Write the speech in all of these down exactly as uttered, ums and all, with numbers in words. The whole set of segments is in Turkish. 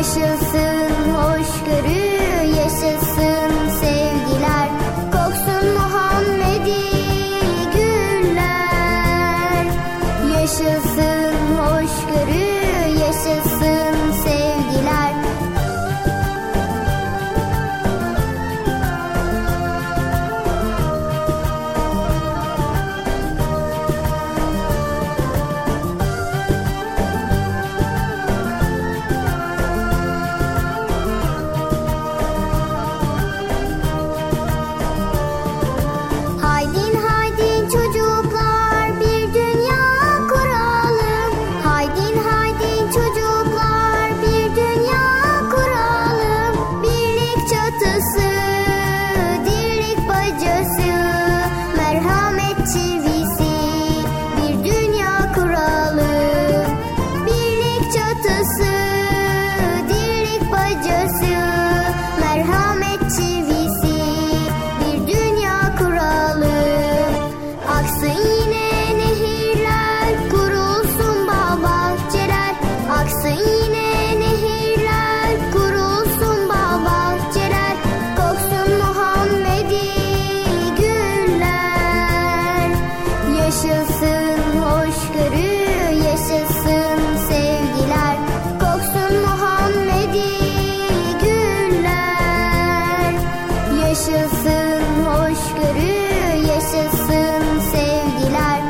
Yaşasın hoşgörü, yaşasın sevgiler, koksun Muhammedi güller. Yaşasın hoşgörü, yaşasın sevgiler. Haydin haydin çocuklar, bir dünya kuralım. Haydin haydin çocuklar, bir dünya kuralım. Birlik çatısı, dirlik bacası, merhamet çivisi, bir dünya kuralım. Birlik çatısı, dirlik bacası, merhamet çivisi, bir dünya kuralım. Aksın yine nehirler, kurulsun bağ bahçeler. Aksın yine nehirler, kurulsun bağ bahçeler. Koksun Muhammedi güller. Yaşasın hoşgörü, yaşasın sevgiler, koksun Muhammedi güller. Yaşasın hoşgörü, yaşasın sevgiler.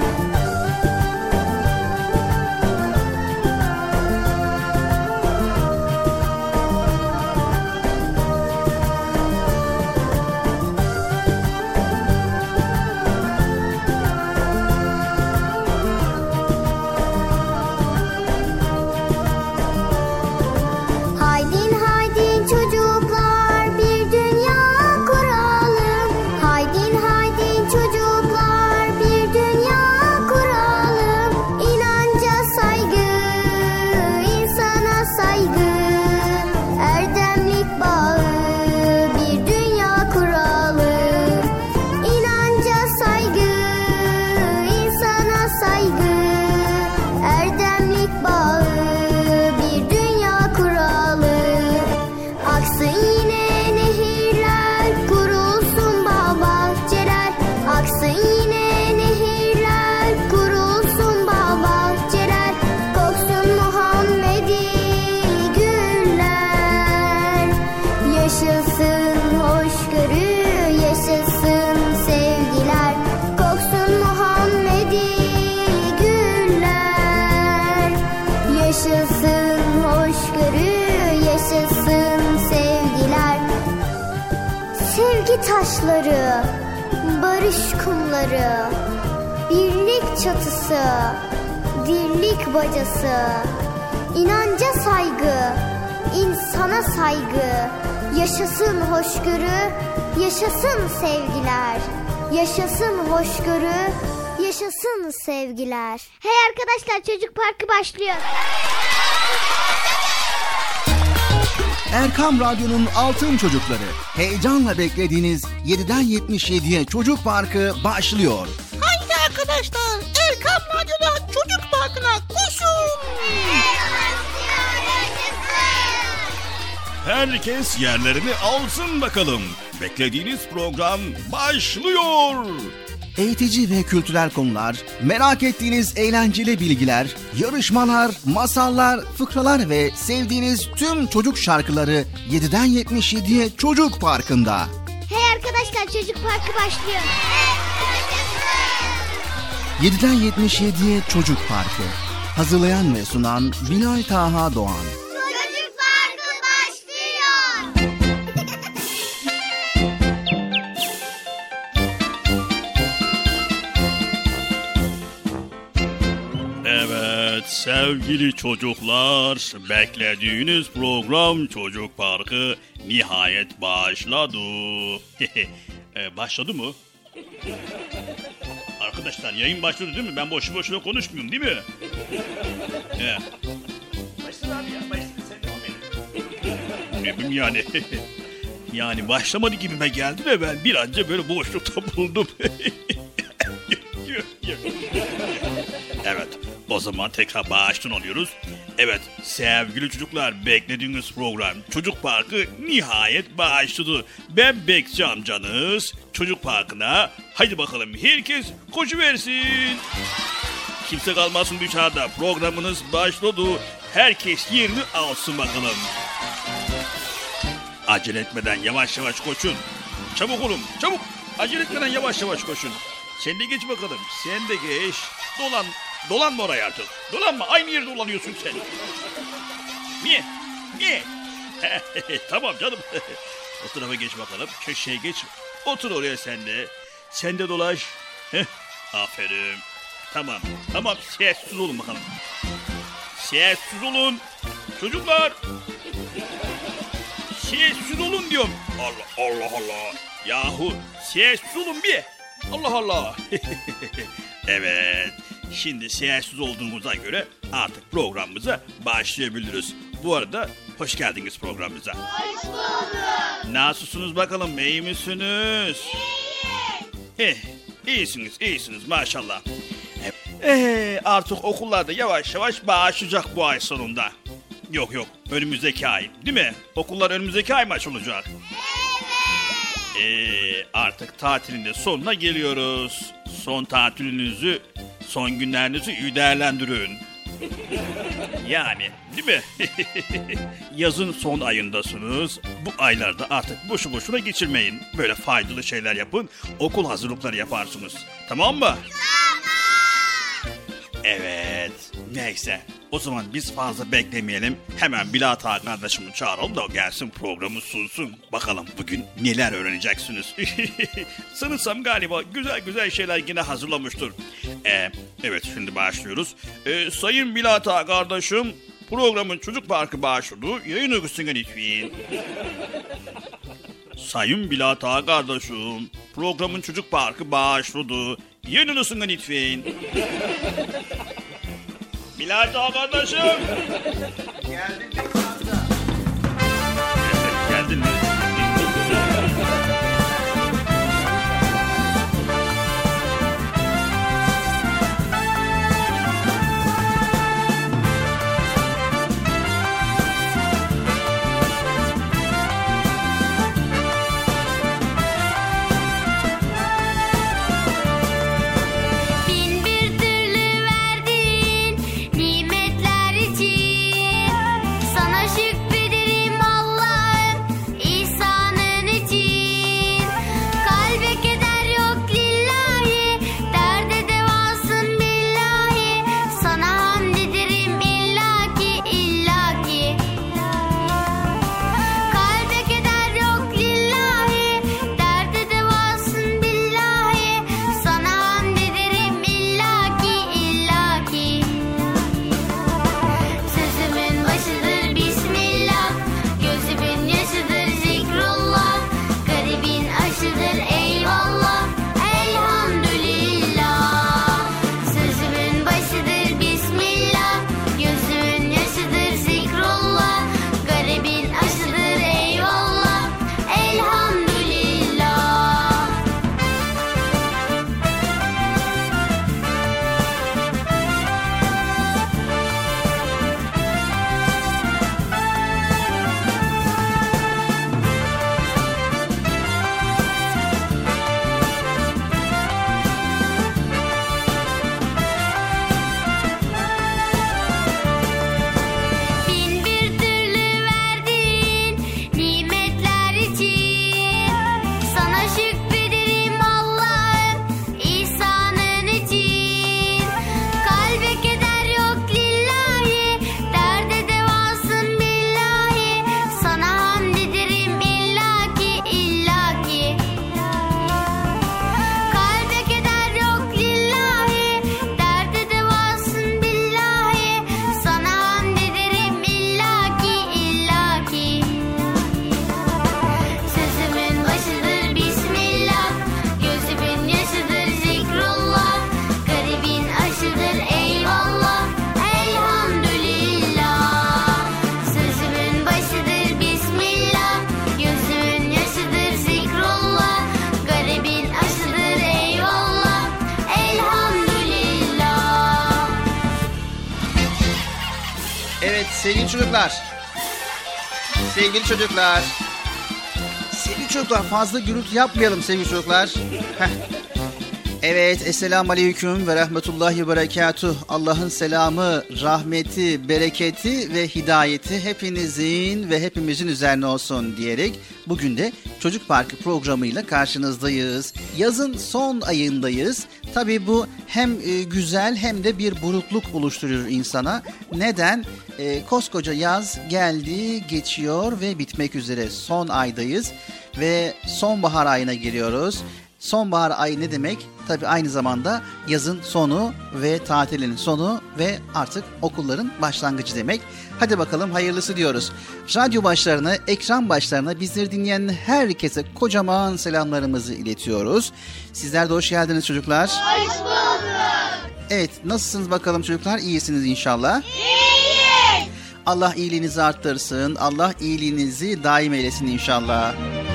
Haydin haydin çocuklar, bir dünya kuralım. Haydin haydin çocuklar, bir dünya kuralım. İnanca saygı, insana saygı, erdemlik bağı, bir dünya kuralım. İnanca saygı, insana saygı, erdemlik bağı, bir dünya kuralım. Aksın yine nehirler, kurulsun bağ bahçeler. Aksın yine nehirler, kurulsun bağ bahçeler. Koksun Muhammedi güller. Yaşasın hoşgörü, yaşasın sevgiler, koksun Muhammedi güller. Yaşasın hoşgörü, yaşasın sevgiler. Sevgi taşları, barış kumları, birlik çatısı, dirlik bacası, inanca saygı, insana saygı. Yaşasın hoşgörü, yaşasın sevgiler. Yaşasın hoşgörü, yaşasın sevgiler. Hey arkadaşlar, Çocuk Parkı başlıyor. Erkam Radyo'nun Altın Çocukları. Heyecanla beklediğiniz yediden yetmiş yediye Çocuk Parkı başlıyor. Haydi arkadaşlar, Erkam Radyo'da Çocuk Parkı'na koşun. Herkes yerlerini alsın bakalım. Beklediğiniz program başlıyor. Eğitici ve kültürel konular, merak ettiğiniz eğlenceli bilgiler, yarışmalar, masallar, fıkralar ve sevdiğiniz tüm çocuk şarkıları yediden yetmiş yediye Çocuk Parkı'nda. Hey arkadaşlar, Çocuk Parkı başlıyor. yediden yetmiş yediye Çocuk Parkı. Hazırlayan ve sunan Bilal Taha Doğan. Çocuk Parkı başlıyor. Evet sevgili çocuklar, beklediğiniz program Çocuk Parkı nihayet başladı. e, başladı mı? Arkadaşlar yayın başladı değil mi? Ben boşu boşuna konuşmuyorum değil mi? He. Başladı abi ya, başladı, sen devam et. Ne bileyim yani. Yani başlamadı gibime geldi de ben bir anca böyle boşlukta buldum. Evet, o zaman tekrar baştan alıyoruz. Evet sevgili çocuklar, beklediğiniz program Çocuk Parkı nihayet başladı. Ben Bekçi amcanız. Çocuk Parkı'na haydi bakalım herkes koşuversin. Kimse kalmasın dışarıda, programınız başladı. Herkes yerini alsın bakalım. Acele etmeden yavaş yavaş koşun. Çabuk olun çabuk. Acele etmeden yavaş yavaş koşun. Sen de geç bakalım. Sen de geç. Dolan. Dolanma oraya artık. Dolanma. Aynı yerde dolanıyorsun sen. Niye? Niye? Tamam canım. O tarafa geç bakalım. Köşeye geç. Otur oraya sen de. Sen de dolaş. Heh. Aferin. Tamam. Tamam. Sessiz olun bakalım. Sessiz olun. Çocuklar. Sessiz olun diyorum. Allah Allah Allah. Yahu sessiz olun bir. Allah Allah. Evet. Şimdi sessiz olduğumuza göre artık programımıza başlayabiliriz. Bu arada hoş geldiniz programımıza. Hoş bulduk. Nasılsınız bakalım? İyi misiniz? İyiyiz. Eh, iyisiniz, iyisiniz maşallah. Eh, artık okullarda yavaş yavaş başlayacak bu ay sonunda. Yok yok, önümüzdeki ay değil mi? Okullar önümüzdeki ay mı açılacak? Evet. Ee, artık tatilin de sonuna geliyoruz. Son tatilinizi, son günlerinizi iyi değerlendirin. Yani değil mi? Yazın son ayındasınız. Bu aylarda artık boşu boşuna geçirmeyin. Böyle faydalı şeyler yapın. Okul hazırlıkları yaparsınız. Tamam mı? Tamam. Evet. Neyse. O zaman biz fazla beklemeyelim. Hemen Bilat Ağa kardeşimi çağıralım da gelsin, programı sunsun. Bakalım bugün neler öğreneceksiniz. Sanırsam galiba güzel güzel şeyler yine hazırlamıştır. Ee, evet şimdi başlıyoruz. Ee, Sayın Bilat Ağa kardeşim, programın Çocuk Parkı başladı. Yayın öyküsüne lütfen. Sayın Bilat Ağa kardeşim, programın Çocuk Parkı başladı. Yayın öyküsüne lütfen. Bilat Ağa kardeşim. Geldim Bekçi. Geldin mi? Bin bir türlü verdin nimetler için. Sevgili çocuklar. Sevgili çocuklar. Sevgili çocuklar fazla gürültü yapmayalım sevgili çocuklar. Heh. Evet, Esselamu Aleyküm ve Rahmetullahi ve Berekatuh. Allah'ın selamı, rahmeti, bereketi ve hidayeti hepinizin ve hepimizin üzerine olsun diyerek bugün de Çocuk Parkı programıyla karşınızdayız. Yazın son ayındayız. Tabii bu hem güzel hem de bir burukluk oluşturuyor insana. Neden? E, koskoca yaz geldi, geçiyor ve bitmek üzere. Son aydayız ve sonbahar ayına giriyoruz. Sonbahar ayı ne demek? Tabii aynı zamanda yazın sonu ve tatilin sonu ve artık okulların başlangıcı demek. Hadi bakalım hayırlısı diyoruz. Radyo başlarına, ekran başlarına bizleri dinleyen herkese kocaman selamlarımızı iletiyoruz. Sizler de hoş geldiniz çocuklar. Hoş bulduk. Evet, nasılsınız bakalım çocuklar? İyisiniz inşallah. İyiyiz. Allah iyiliğinizi arttırsın. Allah iyiliğinizi daim eylesin inşallah.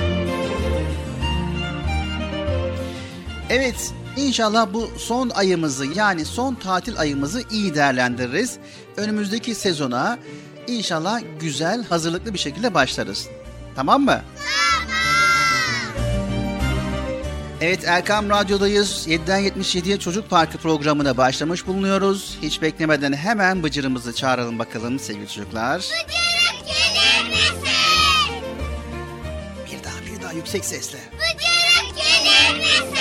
Evet, inşallah bu son ayımızı yani son tatil ayımızı iyi değerlendiririz. Önümüzdeki sezona inşallah güzel, hazırlıklı bir şekilde başlarız. Tamam mı? Tamam. Evet, Erkam Radyo'dayız. yediden yetmiş yediye Çocuk Parkı programına başlamış bulunuyoruz. Hiç beklemeden hemen Bıcır'ımızı çağıralım bakalım sevgili çocuklar. Bıcırık gelir misin? Bir daha, bir daha yüksek sesle. Bıcırık gelir misin?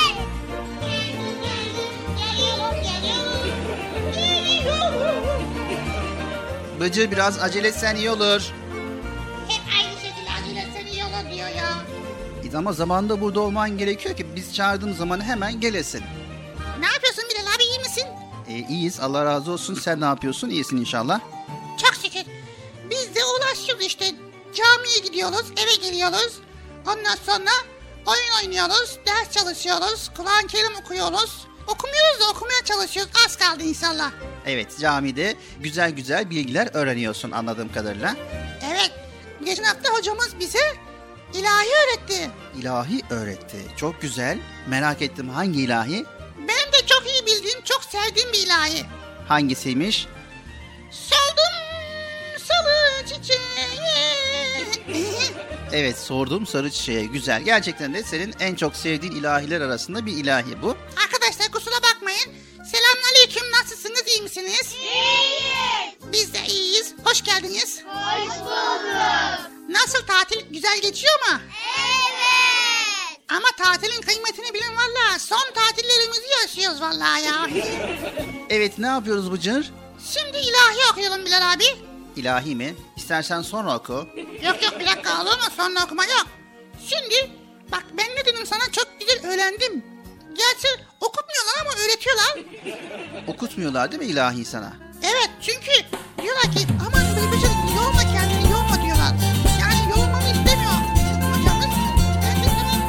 Geliyorum, geliyorum. Geliyorum. Bıcır biraz acele etsen iyi olur. Hep aynı şekilde acele etsen iyi olur diyor ya. Ama zamanında burada olman gerekiyor ki biz çağırdığım zaman hemen gelesin. Ne yapıyorsun Bilal abi, iyi misin? E, iyiyiz, Allah razı olsun. Sen ne yapıyorsun? İyisin inşallah. Çok şükür. Biz de ulaşıyoruz işte. Camiye gidiyoruz, eve geliyoruz. Ondan sonra oyun oynuyoruz, ders çalışıyoruz, Kur'an-ı Kerim okuyoruz. Okumuyoruz da okumaya çalışıyoruz. Az kaldı inşallah. Evet, camide güzel güzel bilgiler öğreniyorsun anladığım kadarıyla. Evet. Geçen hafta hocamız bize ilahi öğretti. İlahi öğretti. Çok güzel. Merak ettim, hangi ilahi? Benim de çok iyi bildiğim, çok sevdiğim bir ilahi. Hangisiymiş? Soldum salı çiçeği. Evet, sordum sarı çiçeğe. Güzel. Gerçekten de senin en çok sevdiğin ilahiler arasında bir ilahi bu. Arkadaşlar kusura bakmayın. Selamünaleyküm, nasılsınız, iyi misiniz? İyiyiz. Biz de iyiyiz. Hoş geldiniz. Hoş bulduk. Nasıl, tatil güzel geçiyor mu? Evet. Ama tatilin kıymetini bilin valla. Son tatillerimizi yaşıyoruz valla ya. Evet, ne yapıyoruz Bıcır? Şimdi ilahi okuyalım Bilal abi. İlahi mi? İstersen sonra oku. Yok yok, bir dakika, olur mu? Sonra okuma yok. Şimdi bak, ben ne dedim sana, çok güzel öğrendim. Gerçi okutmuyorlar ama öğretiyorlar. Okutmuyorlar değil mi ilahi sana? Evet, çünkü diyorlar ki aman Bıcır yorma kendini, yorma diyorlar. Yani yormamı istemiyor hocamız. Ben de sana...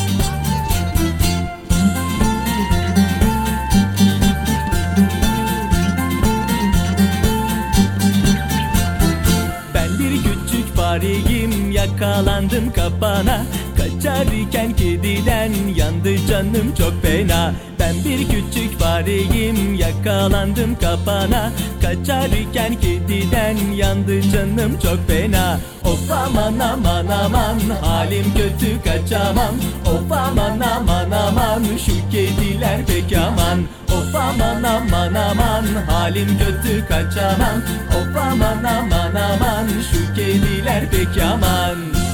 Ben bir küçük fareyim, yakalandım kapana. Kaçarken kediden yandı canım çok fena. Ben bir küçük fareyim, yakalandım kapana. Kaçarken kediden yandı canım çok fena. Of aman aman aman, halim kötü kaçamam. Of aman aman aman, şu kediler pek aman. Of aman aman aman, halim kötü kaçamam. Of aman aman aman, şu kediler pek aman.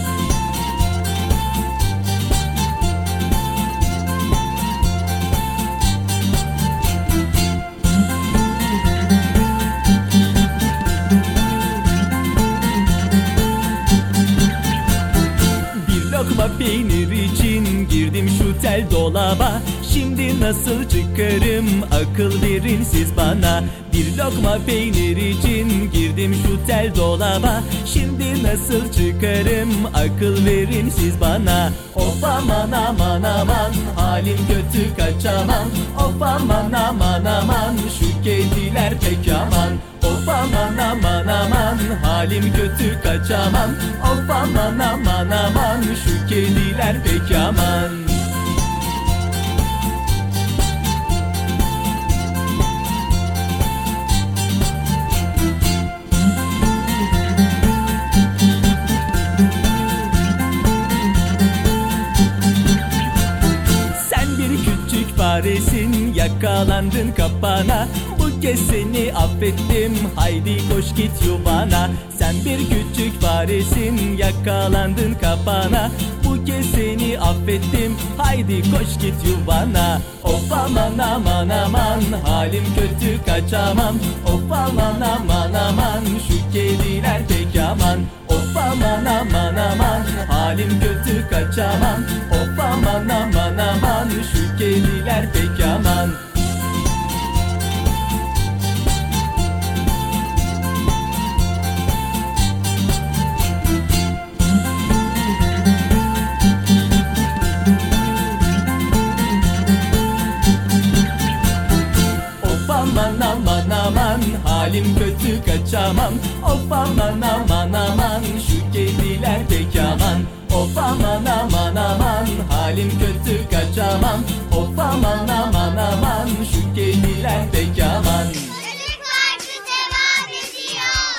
Lokma peynir için girdim şu tel dolaba. Şimdi nasıl çıkarım, akıl verin siz bana. Bir lokma peynir için girdim şu tel dolaba. Şimdi nasıl çıkarım, akıl verin siz bana. Of aman aman aman, halim kötü kaçamam. Of aman aman aman, şu kediler pek aman. Of aman aman aman, halim kötü kaçamam. Of aman aman aman, şu kediler pek aman. faresin, yakalandın kapana. Bu kez seni affettim, haydi koş git yuvana. Sen bir küçük faresin, yakalandın kapana. Bu kez seni affettim, haydi koş git yuvana. Of aman aman aman, halim kötü kaçamam. Of aman aman aman, şu kediler pek aman. Of aman aman aman, halim kötü kaçamam. Of aman aman aman, şu kediler pek aman. Aman aman aman, halim kötü kaçamam. Of aman aman aman, şu kediler pek aman. Of aman aman aman, halim kötü kaçamam. Of aman aman aman, şu kediler pek aman. Çocuk Parkı devam ediyor.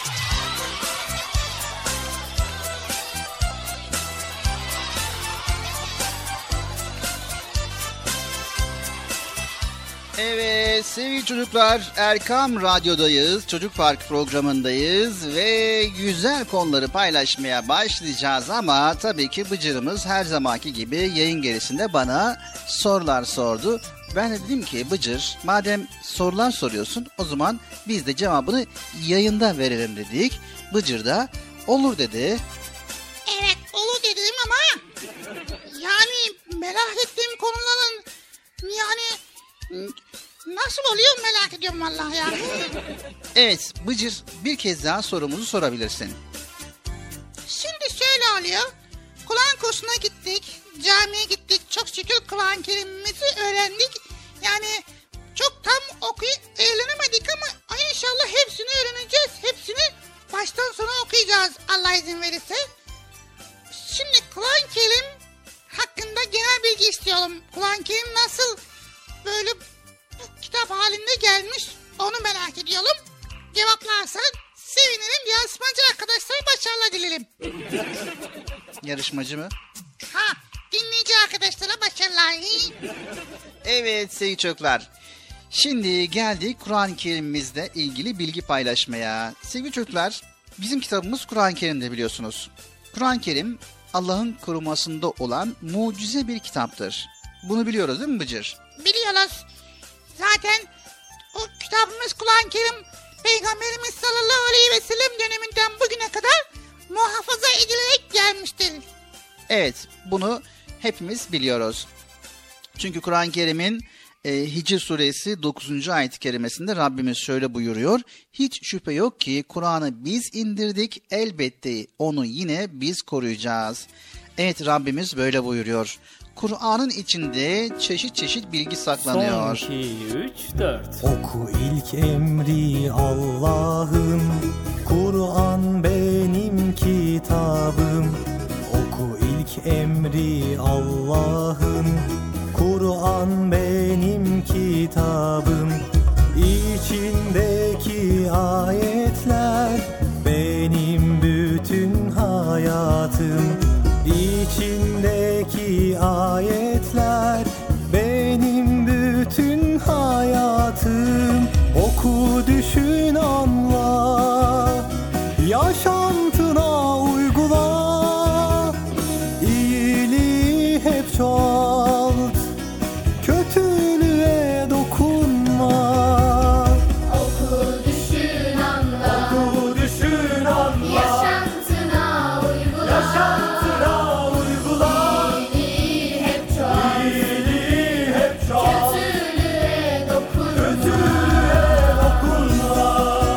Evet sevgili çocuklar, Erkam Radyo'dayız, Çocuk Park programındayız ve güzel konuları paylaşmaya başlayacağız ama tabii ki Bıcır'ımız her zamanki gibi yayın gerisinde bana sorular sordu. Ben de dedim ki Bıcır, madem sorular soruyorsun o zaman biz de cevabını yayında verelim dedik. Bıcır da olur dedi. Evet olur dedim ama yani merak ettiğim konuların yani nasıl oluyor merak ediyorum vallahi ya. Evet Bıcır, bir kez daha sorumuzu sorabilirsin. Şimdi şöyle oluyor. Kur'an kursuna gittik, camiye gittik. Çok şükür Kur'an-ı Kerim'imizi öğrendik. Yani çok tam okuyup öğrenemedik ama inşallah hepsini öğreneceğiz. Hepsini baştan sona okuyacağız Allah izin verirse. Şimdi Kur'an-ı Kerim hakkında genel bilgi istiyorum. Kur'an-ı Kerim nasıl böyle bu kitap halinde gelmiş onu merak ediyorum. Cevaplarsan sevinirim. Yarışmacı arkadaşlara başarılar dilerim. Yarışmacı mı? Ha, dinleyici arkadaşlara başarılar. Evet sevgili çocuklar. Şimdi geldik Kur'an-ı Kerim'imizle ilgili bilgi paylaşmaya. Sevgili çocuklar, bizim kitabımız Kur'an-ı Kerim'de biliyorsunuz. Kur'an-ı Kerim Allah'ın korumasında olan mucize bir kitaptır. Bunu biliyoruz değil mi Bıcır? Biliyoruz. Zaten o kitabımız Kur'an-ı Kerim Peygamberimiz sallallahu aleyhi ve sellem döneminden bugüne kadar muhafaza edilerek gelmiştir. Evet, bunu hepimiz biliyoruz. Çünkü Kur'an-ı Kerim'in e, Hicr suresi dokuzuncu ayet-i kerimesinde Rabbimiz şöyle buyuruyor. Hiç şüphe yok ki Kur'an'ı biz indirdik, elbette onu yine biz koruyacağız. Evet, Rabbimiz böyle buyuruyor. Kur'an'ın içinde çeşit çeşit bilgi saklanıyor. Son iki, üç, dört. Oku ilk emri Allah'ın, Kur'an benim kitabım. Oku ilk emri Allah'ın, Kur'an benim kitabım. İçindeki ayetler benim bütün hayatım. İçindeki ayetler benim bütün hayatım. Oku, düşün, anla, yaşantına uygula. İyiliği hep çoğalt, kötülüğe dokunma. Oku, düşün, anla. Oku, düşün, anla, Yaşantına uygula. yaşantına uygula. İyiliği hep çoğalt. İyiliği hep çoğalt, Kötülüğe dokunma. kötülüğe dokunma.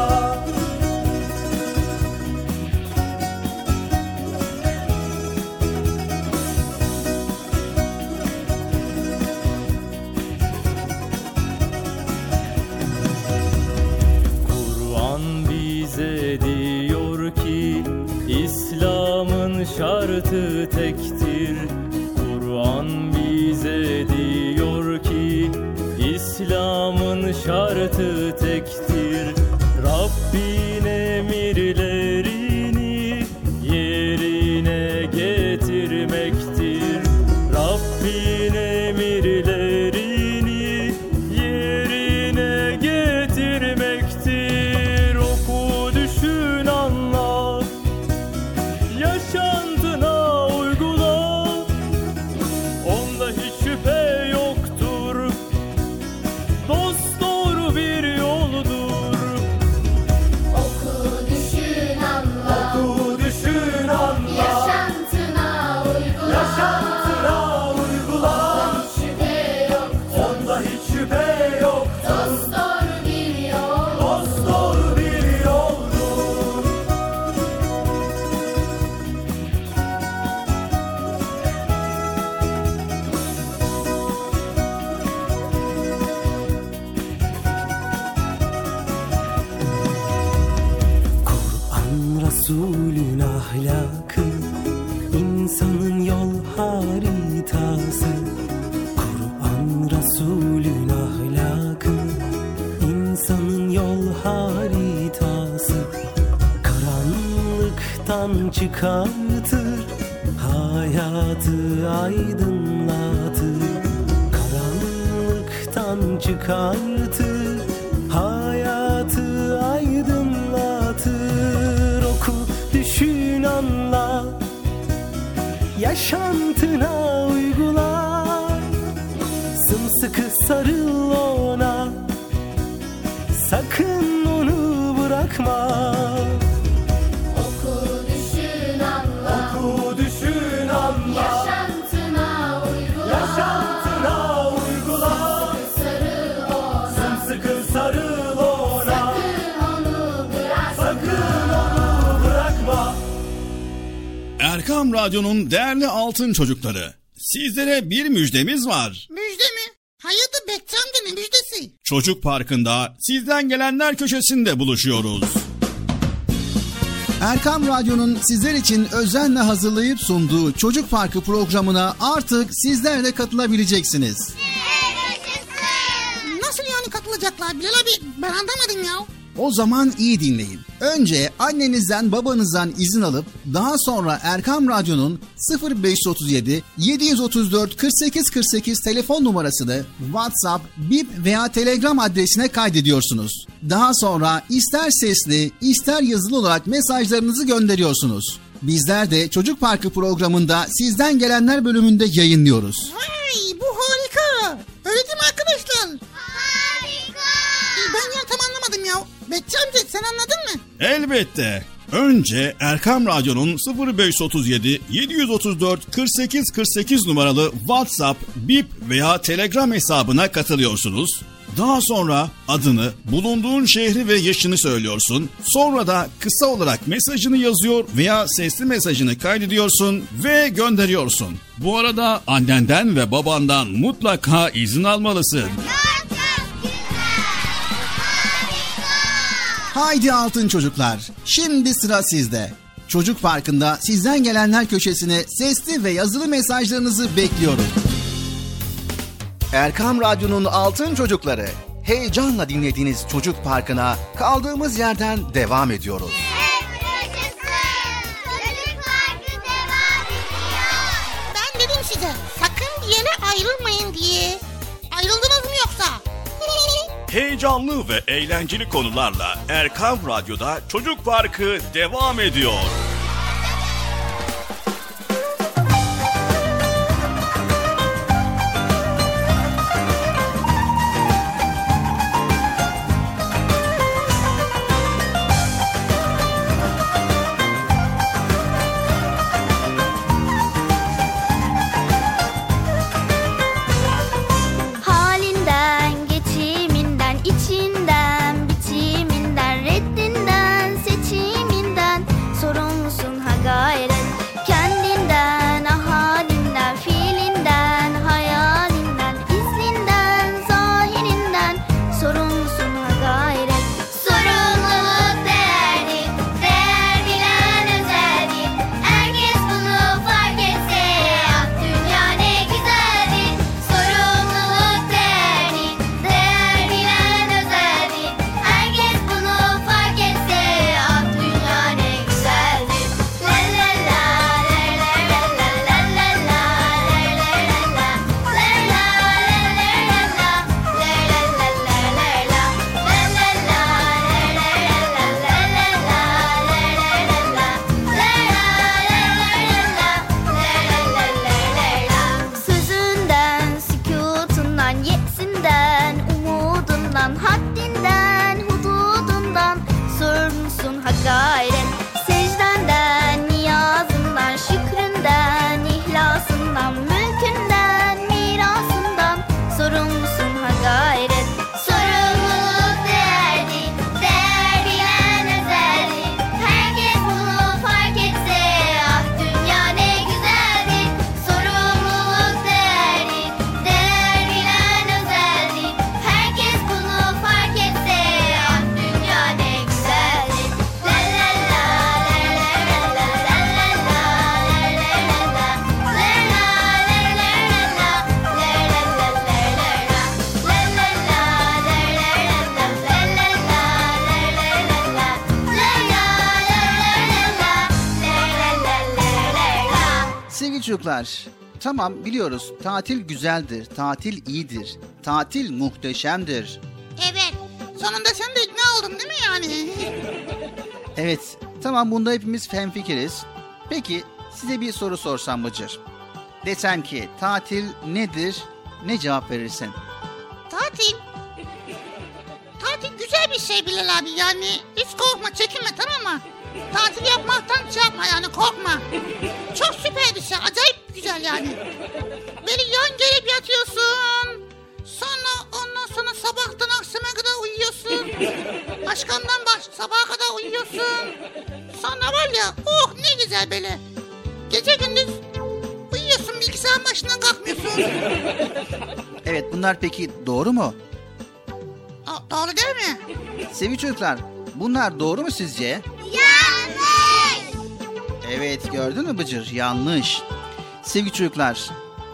Kur'an bize diyor ki İslam'ın şartı tektir. Kur'an bize diyor ki İslam'ın şartı tektir. Rabbin emirlerini yerine getirmektir. Rabbin emirlerini ahlakı, insanın yol haritası. Kur'an Resulün ahlakı, insanın yol haritası. Karanlıktan çıkartır, hayatı aydınlatır. Karanlıktan çıkartır, hayatı aydınlatır. Oku, düşün, anla, yaşantına uygula. Sımsıkı sarıl ona, sakın onu bırakma. Oku, düşün, anla. Oku, düşün, anla. Yaşantına uygula. Yaşantına uygula. Sarıl ona. Sımsıkı sarıl ona. Sakın onu bırakma. Sakın onu bırakma. Erkam Radyo'nun değerli altın çocukları, sizlere bir müjdemiz var. Müjde mi? Hayırdır Bekçi amca, ne müjdesi? Çocuk Parkı'nda sizden gelenler köşesinde buluşuyoruz. Erkam Radyo'nun sizler için özenle hazırlayıp sunduğu Çocuk Parkı programına artık sizler de katılabileceksiniz. Nasıl yani katılacaklar Bilal abi? Ben anlamadım ya. O zaman iyi dinleyin. Önce annenizden babanızdan izin alıp daha sonra Erkam Radyo'nun sıfır beş otuz yedi yedi otuz dört kırk sekiz kırk sekiz telefon numarasını WhatsApp, Bip veya Telegram adresine kaydediyorsunuz. Daha sonra ister sesli ister yazılı olarak mesajlarınızı gönderiyorsunuz. Bizler de Çocuk Parkı programında sizden gelenler bölümünde yayınlıyoruz. Vay, bu harika. Öyle değil mi arkadaşlar? Harika. Ben ya tam anlamadım ya. Bekçi amca sen anladın mı? Elbette. Önce Erkam Radyo'nun sıfır beş otuz yedi yedi otuz dört kırk sekiz kırk sekiz numaralı WhatsApp, Bip veya Telegram hesabına katılıyorsunuz. Daha sonra adını, bulunduğun şehri ve yaşını söylüyorsun. Sonra da kısa olarak mesajını yazıyor veya sesli mesajını kaydediyorsun ve gönderiyorsun. Bu arada annenden ve babandan mutlaka izin almalısın. Haydi altın çocuklar, şimdi sıra sizde. Çocuk Parkı'nda sizden gelenler köşesine sesli ve yazılı mesajlarınızı bekliyorum. Erkam Radyo'nun altın çocukları, heyecanla dinlediğiniz Çocuk Parkı'na kaldığımız yerden devam ediyoruz. Ben dedim size sakın bir yere ayrılmayın diye. Ayrıldınız mı yoksa? Heyecanlı ve eğlenceli konularla Erkam Radyo'da Çocuk Parkı devam ediyor. Halinden, geçiminden, içinden, bitiminden, reddinden, seçiminden, sorun sevgili çocuklar, tamam biliyoruz tatil güzeldir, tatil iyidir, tatil muhteşemdir. Evet. Sonunda sen de ikna oldun değil mi yani? Evet, tamam bunda hepimiz hemfikiriz. Peki size bir soru sorsam Bıcır. Desem ki tatil nedir, ne cevap verirsin? Tatil. Tatil güzel bir şey Bilal abi yani. Hiç korkma, çekinme, tamam mı? Tatil yapmaktan şey yapma yani, korkma. Çok süper bir şey, acayip güzel yani. Böyle yan gelip yatıyorsun. Sonra ondan sonra sabahtan akşama kadar uyuyorsun. Başkandan baş sabaha kadar uyuyorsun. Sonra var ya, oh ne güzel böyle. Gece gündüz uyuyorsun, bilgisayarın başından kalkmıyorsun. Evet, bunlar peki doğru mu? Aa, doğru değil mi? Sevgili çocuklar, bunlar doğru mu sizce? Yanlış. Evet, gördün mü Bıcır? Yanlış. Sevgili çocuklar,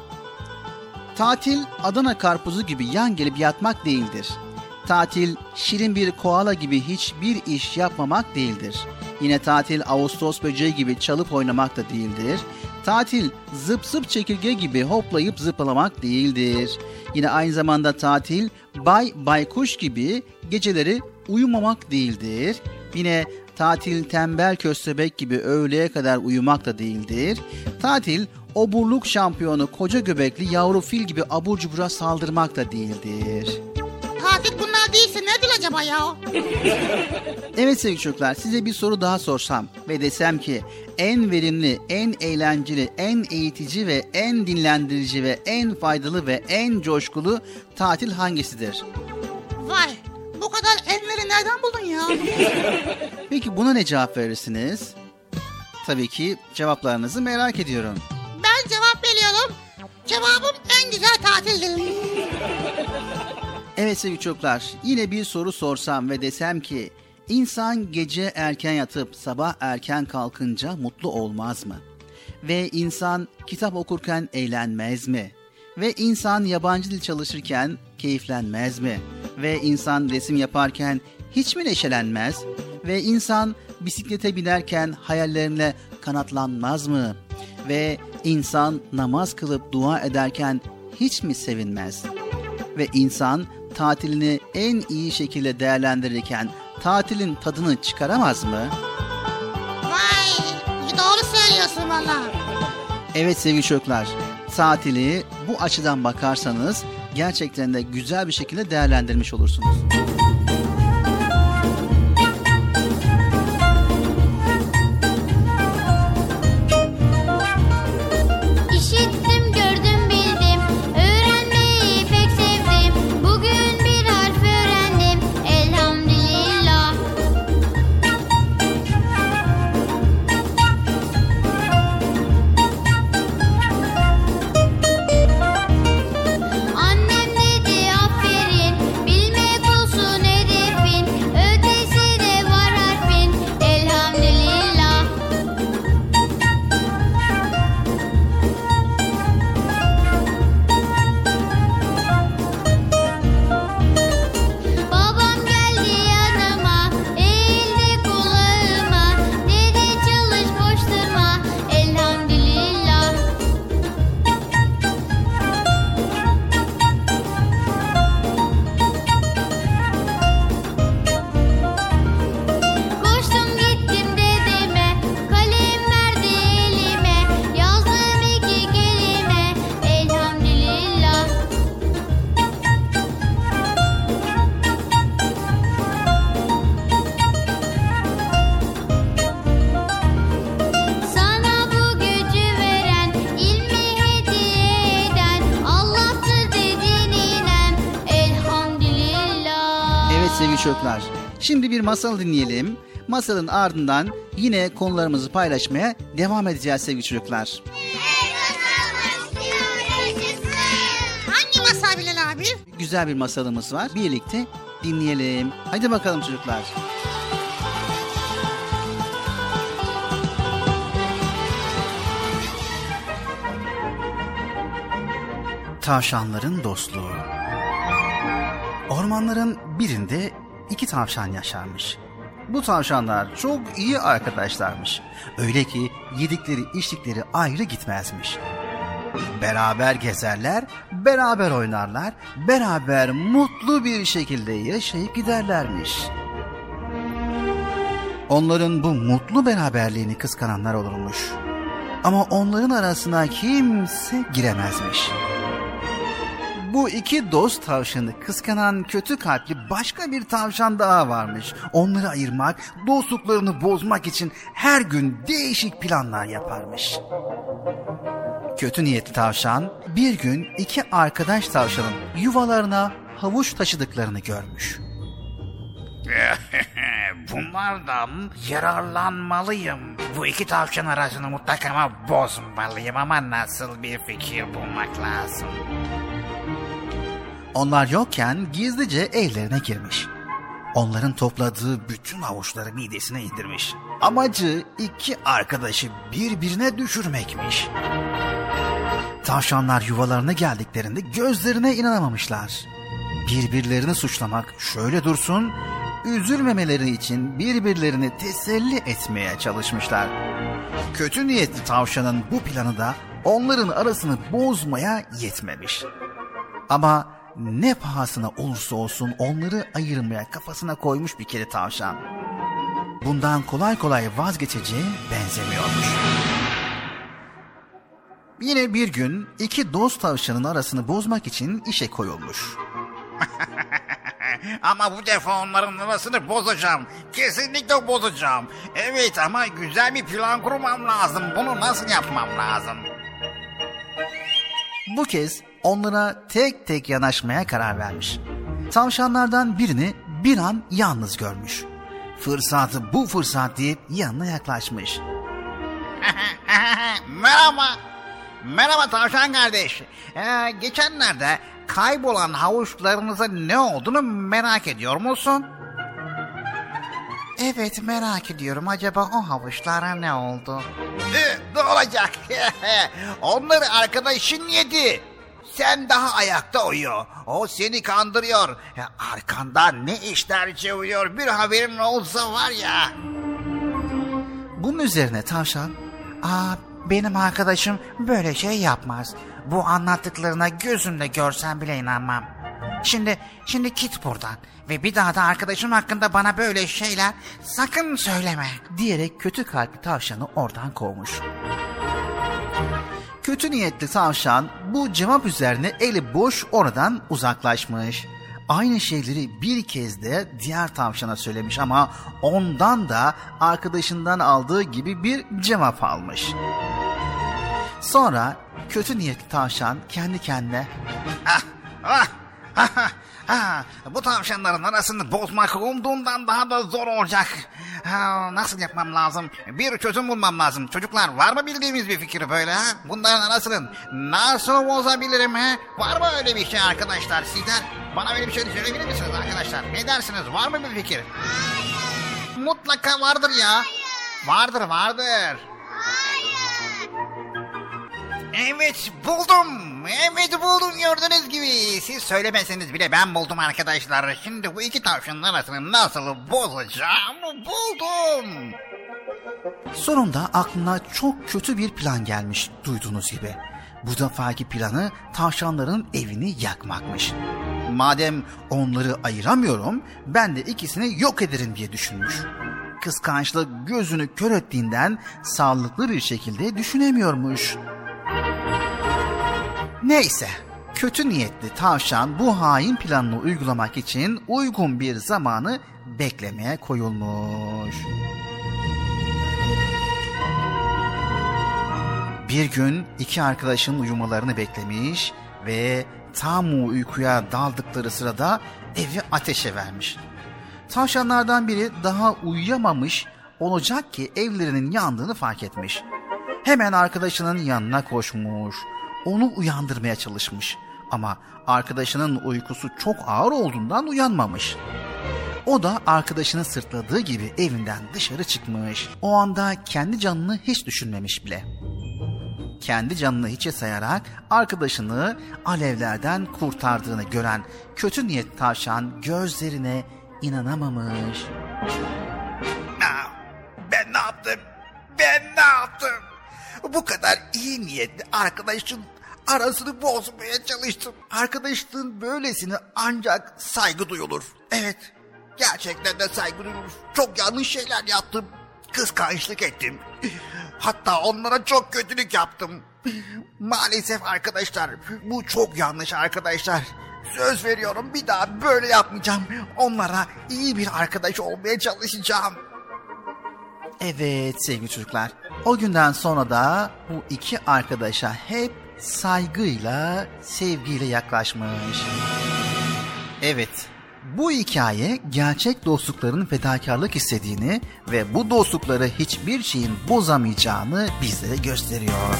tatil Adana karpuzu gibi yan gelip yatmak değildir. Tatil şirin bir koala gibi hiçbir iş yapmamak değildir. Yine tatil Ağustos böceği gibi çalıp oynamak da değildir. Tatil zıp zıp çekirge gibi hoplayıp zıplamak değildir. Yine aynı zamanda tatil bay baykuş gibi geceleri uyumamak değildir. Yine tatil tembel köstebek gibi öğleye kadar uyumak da değildir. Tatil oburluk şampiyonu koca göbekli yavru fil gibi abur cubura saldırmak da değildir. Tatil bunlar değilse nedir acaba ya? Evet sevgili çocuklar, size bir soru daha sorsam ve desem ki en verimli, en eğlenceli, en eğitici ve en dinlendirici ve en faydalı ve en coşkulu tatil hangisidir? Vay, bu kadar enleri nereden buldun ya? Peki buna ne cevap verirsiniz? Tabii ki cevaplarınızı merak ediyorum. Ben cevap veriyorum. Cevabım en güzel tatildir. Evet sevgili çocuklar, yine bir soru sorsam ve desem ki insan gece erken yatıp sabah erken kalkınca mutlu olmaz mı? Ve insan kitap okurken eğlenmez mi? Ve insan yabancı dil çalışırken keyiflenmez mi? Ve insan resim yaparken hiç mi neşelenmez? Ve insan bisiklete binerken hayallerine kanatlanmaz mı? Ve insan namaz kılıp dua ederken hiç mi sevinmez? Ve insan tatilini en iyi şekilde değerlendirirken tatilin tadını çıkaramaz mı? Vay, doğru söylüyorsun valla. Evet sevgili çocuklar, tatili bu açıdan bakarsanız gerçekten de güzel bir şekilde değerlendirmiş olursunuz. İşittim, gördüm, bildim, öğrenmeyi pek sevdim. Bugün bir harf öğrendim, elhamdülillah. Annem dedi aferin, bilmek olsun hedefin. Ötesi de var harfin, elhamdülillah. Babam geldi yanıma, eğildi kulağıma. Dedi çalış boş durma, elhamdülillah. Koştum gittim dedeme, kalem verdi elime. Yazdım iki kelime, elhamdülillah. Sana bu gücü veren, ilmi hediye eden Allah'tır dedin inem, elhamdülillah. Evet sevgili çocuklar, şimdi bir masal dinleyelim. Masalın ardından yine konularımızı paylaşmaya devam edeceğiz sevgili çocuklar. Hangi masal Bilal abi? Güzel bir masalımız var. Birlikte dinleyelim. Hadi bakalım çocuklar. Tavşanların dostluğu. Ormanların birinde iki tavşan yaşarmış. Bu tavşanlar çok iyi arkadaşlarmış. Öyle ki yedikleri içtikleri ayrı gitmezmiş. Beraber gezerler, beraber oynarlar, beraber mutlu bir şekilde yaşayıp giderlermiş. Onların bu mutlu beraberliğini kıskananlar olurmuş. Ama onların arasına kimse giremezmiş. Bu iki dost tavşanı kıskanan kötü kalpli başka bir tavşan daha varmış. Onları ayırmak, dostluklarını bozmak için her gün değişik planlar yaparmış. Kötü niyetli tavşan bir gün iki arkadaş tavşanın yuvalarına havuç taşıdıklarını görmüş. Bunlardan yararlanmalıyım. Bu iki tavşan arasını mutlaka bozmalıyım ama nasıl bir fikir bulmak lazım? Onlar yokken gizlice evlerine girmiş. Onların topladığı bütün havuçları midesine indirmiş. Amacı iki arkadaşı birbirine düşürmekmiş. Tavşanlar yuvalarına geldiklerinde gözlerine inanamamışlar. Birbirlerini suçlamak şöyle dursun, üzülmemeleri için birbirlerini teselli etmeye çalışmışlar. Kötü niyetli tavşanın bu planı da onların arasını bozmaya yetmemiş. Ama ne pahasına olursa olsun onları ayırmaya kafasına koymuş bir kere tavşan. Bundan kolay kolay vazgeçeceği benzemiyormuş. Yine bir gün iki dost tavşanın arasını bozmak için işe koyulmuş. Ama bu defa onların arasını bozacağım. Kesinlikle bozacağım. Evet ama güzel bir plan kurmam lazım. Bunu nasıl yapmam lazım? Bu kez onlara tek tek yanaşmaya karar vermiş. Tavşanlardan birini bir an yalnız görmüş. Fırsatı bu fırsat deyip yanına yaklaşmış. Merhaba. Merhaba tavşan kardeş. Ee, geçenlerde kaybolan havuçlarınızın ne olduğunu merak ediyor musun? Evet, merak ediyorum. Acaba o havuçlara ne oldu? Ee, ne olacak? Onları arkadaşın yedi. Sen daha ayakta uyuyor. O seni kandırıyor. Ya, arkanda ne işler çeviriyor, bir haberin olsa var ya. Bunun üzerine tavşan, Aa, benim arkadaşım böyle şey yapmaz. Bu anlattıklarına gözümle görsem bile inanmam. Şimdi, şimdi git buradan ve bir daha da arkadaşım hakkında bana böyle şeyler sakın söyleme diyerek kötü kalpli tavşanı oradan kovmuş. Kötü niyetli tavşan bu cevap üzerine eli boş oradan uzaklaşmış. Aynı şeyleri bir kez de diğer tavşana söylemiş ama ondan da arkadaşından aldığı gibi bir cevap almış. Sonra kötü niyetli tavşan kendi kendine Ah, ah, ah, ah, ah. Bu tavşanların arasını bozmak umduğumdan daha da zor olacak. Ha, nasıl yapmam lazım? Bir çözüm bulmam lazım. Çocuklar, var mı bildiğimiz bir fikir böyle ha? Bunların arasını nasıl bozabilirim ha? Var mı öyle bir şey arkadaşlar? Sizler bana öyle bir şey söyleyebilir misiniz arkadaşlar? Ne dersiniz? Var mı bir fikir? Hayır. Mutlaka vardır ya. Hayır. Vardır vardır. Hayır. Evet buldum. Evet buldum, gördüğünüz gibi. Siz söylemeseniz bile ben buldum arkadaşlar. Şimdi bu iki tavşanın arasını nasıl bozacağım buldum. Sonunda aklına çok kötü bir plan gelmiş duyduğunuz gibi. Bu defaki planı tavşanların evini yakmakmış. Madem onları ayıramıyorum, ben de ikisini yok ederim diye düşünmüş. Kıskançlık gözünü kör ettiğinden sağlıklı bir şekilde düşünemiyormuş. Neyse, kötü niyetli tavşan bu hain planını uygulamak için uygun bir zamanı beklemeye koyulmuş. Bir gün iki arkadaşın uyumalarını beklemiş ve tam uykuya daldıkları sırada evi ateşe vermiş. Tavşanlardan biri daha uyuyamamış olacak ki evlerinin yandığını fark etmiş. Hemen arkadaşının yanına koşmuş. Onu uyandırmaya çalışmış ama arkadaşının uykusu çok ağır olduğundan uyanmamış. O da arkadaşını sırtladığı gibi evinden dışarı çıkmış. O anda kendi canını hiç düşünmemiş bile. Kendi canını hiçe sayarak arkadaşını alevlerden kurtardığını gören kötü niyetli tavşan gözlerine inanamamış. bu kadar iyi niyetli arkadaşın arasını bozmaya çalıştım. Arkadaşlığın böylesine ancak saygı duyulur. Evet, gerçekten de saygı duyulur. Çok yanlış şeyler yaptım. Kıskançlık ettim. Hatta onlara çok kötülük yaptım. Maalesef arkadaşlar, bu çok yanlış arkadaşlar. Söz veriyorum, bir daha böyle yapmayacağım. Onlara iyi bir arkadaş olmaya çalışacağım. Evet sevgili çocuklar, o günden sonra da bu iki arkadaşa hep saygıyla, sevgiyle yaklaşmış. Evet, bu hikaye gerçek dostlukların fedakarlık istediğini ve bu dostlukları hiçbir şeyin bozamayacağını bizlere gösteriyor.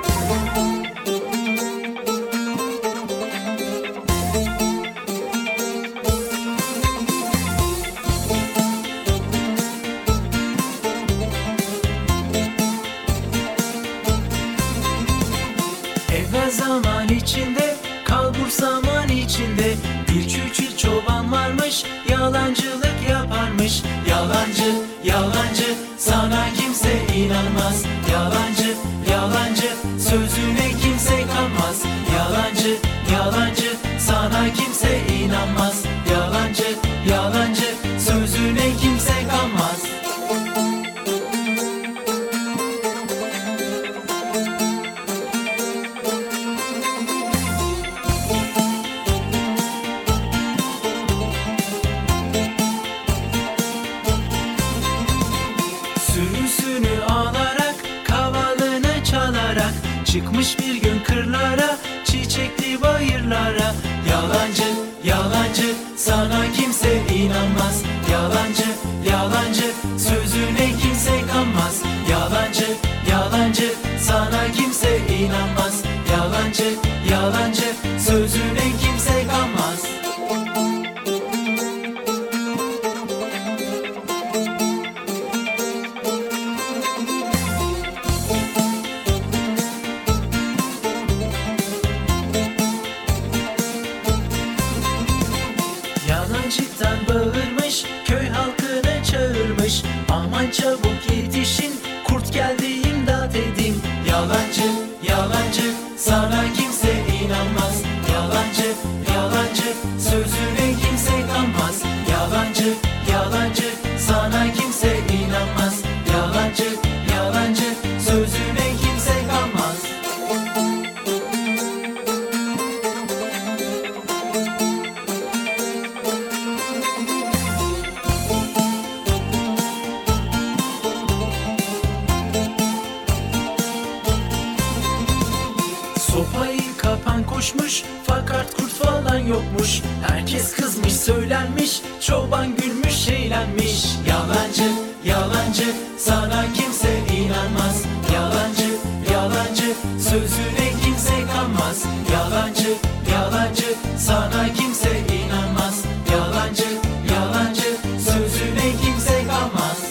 Evvel zaman içinde, kalbur zaman içinde bir çiftçi çoban varmış, yalancılık yaparmış. Yalancı, yalancı, sana kimse inanmaz. Yalancı, yalancı, sözüne kimse kanmaz. Yalancı, yalancı, sana kimse inanmaz. Yalancı, yalancı, sözüne kimse kanmaz. Çıkmış bir gün kırlara, çiçekli bayırlara. Yalancı, yalancı, sana kimse inanmaz. Yalancı, yalancı, sözüne kimse kanmaz. Yalancı, yalancı, sana kimse inanmaz. Yalancı, yalancı, sözüne kimse kanmaz. Aman çabuk yetişin, kurt geldi imdat edin. Yalancı, yalancı, sana kimse inanmaz. Yalancı, yalancı, sözüne kimse kanmaz. Yalancı, yalancı, sana kimse inanmaz. Yalancı, yalancı, sözüne kimse kanmaz. Koşmuş, fakat kurt falan yokmuş. Herkes kızmış, söylenmiş, çoban gülmüş, eğlenmiş. Yalancı, yalancı, sana kimse inanmaz. Yalancı, yalancı, sözüne kimse kanmaz. Yalancı, yalancı, sana kimse inanmaz. Yalancı, yalancı, sözüne kimse kanmaz.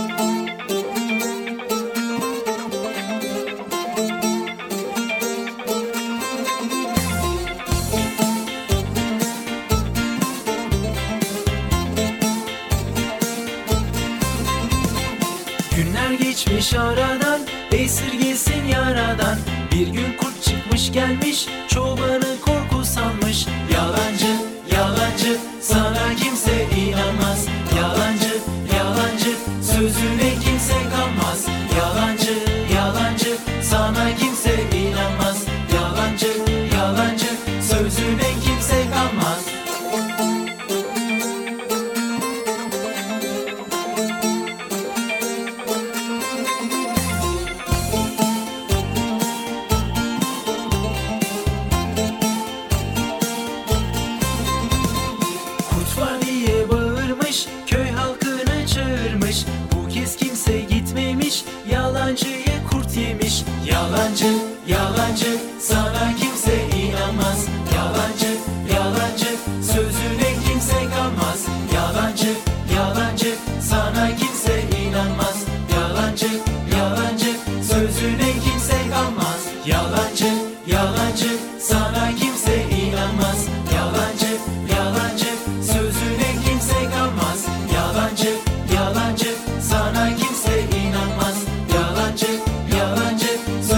Geçmiş aradan, esirgesin yaradan. Bir gün kurt çıkmış gelmiş, çobanı korku salmış. Yalancı, yalancı, sana kimse inanmaz. Yalancı, yalancı, sözüne kimse kanmaz. Yalancı, yalancı, sana kimse inanmaz. Yalancı, yalancı, sözüne kimse kanmaz. Yalancı, yalancı, sana kimse inanmaz. Yalancı, yalancı, sözüne kimse kanmaz. Yalancı, yalancı, sana kimse inanmaz. Yalancı, yalancı, sözüne kimse kanmaz. Yalancı, yalancı, sana kimse inanmaz. Yalancı, yalancı, sözüne kimse kanmaz. Yalancı, yalancı, sana kimse inanmaz. Yalancı, yalancı,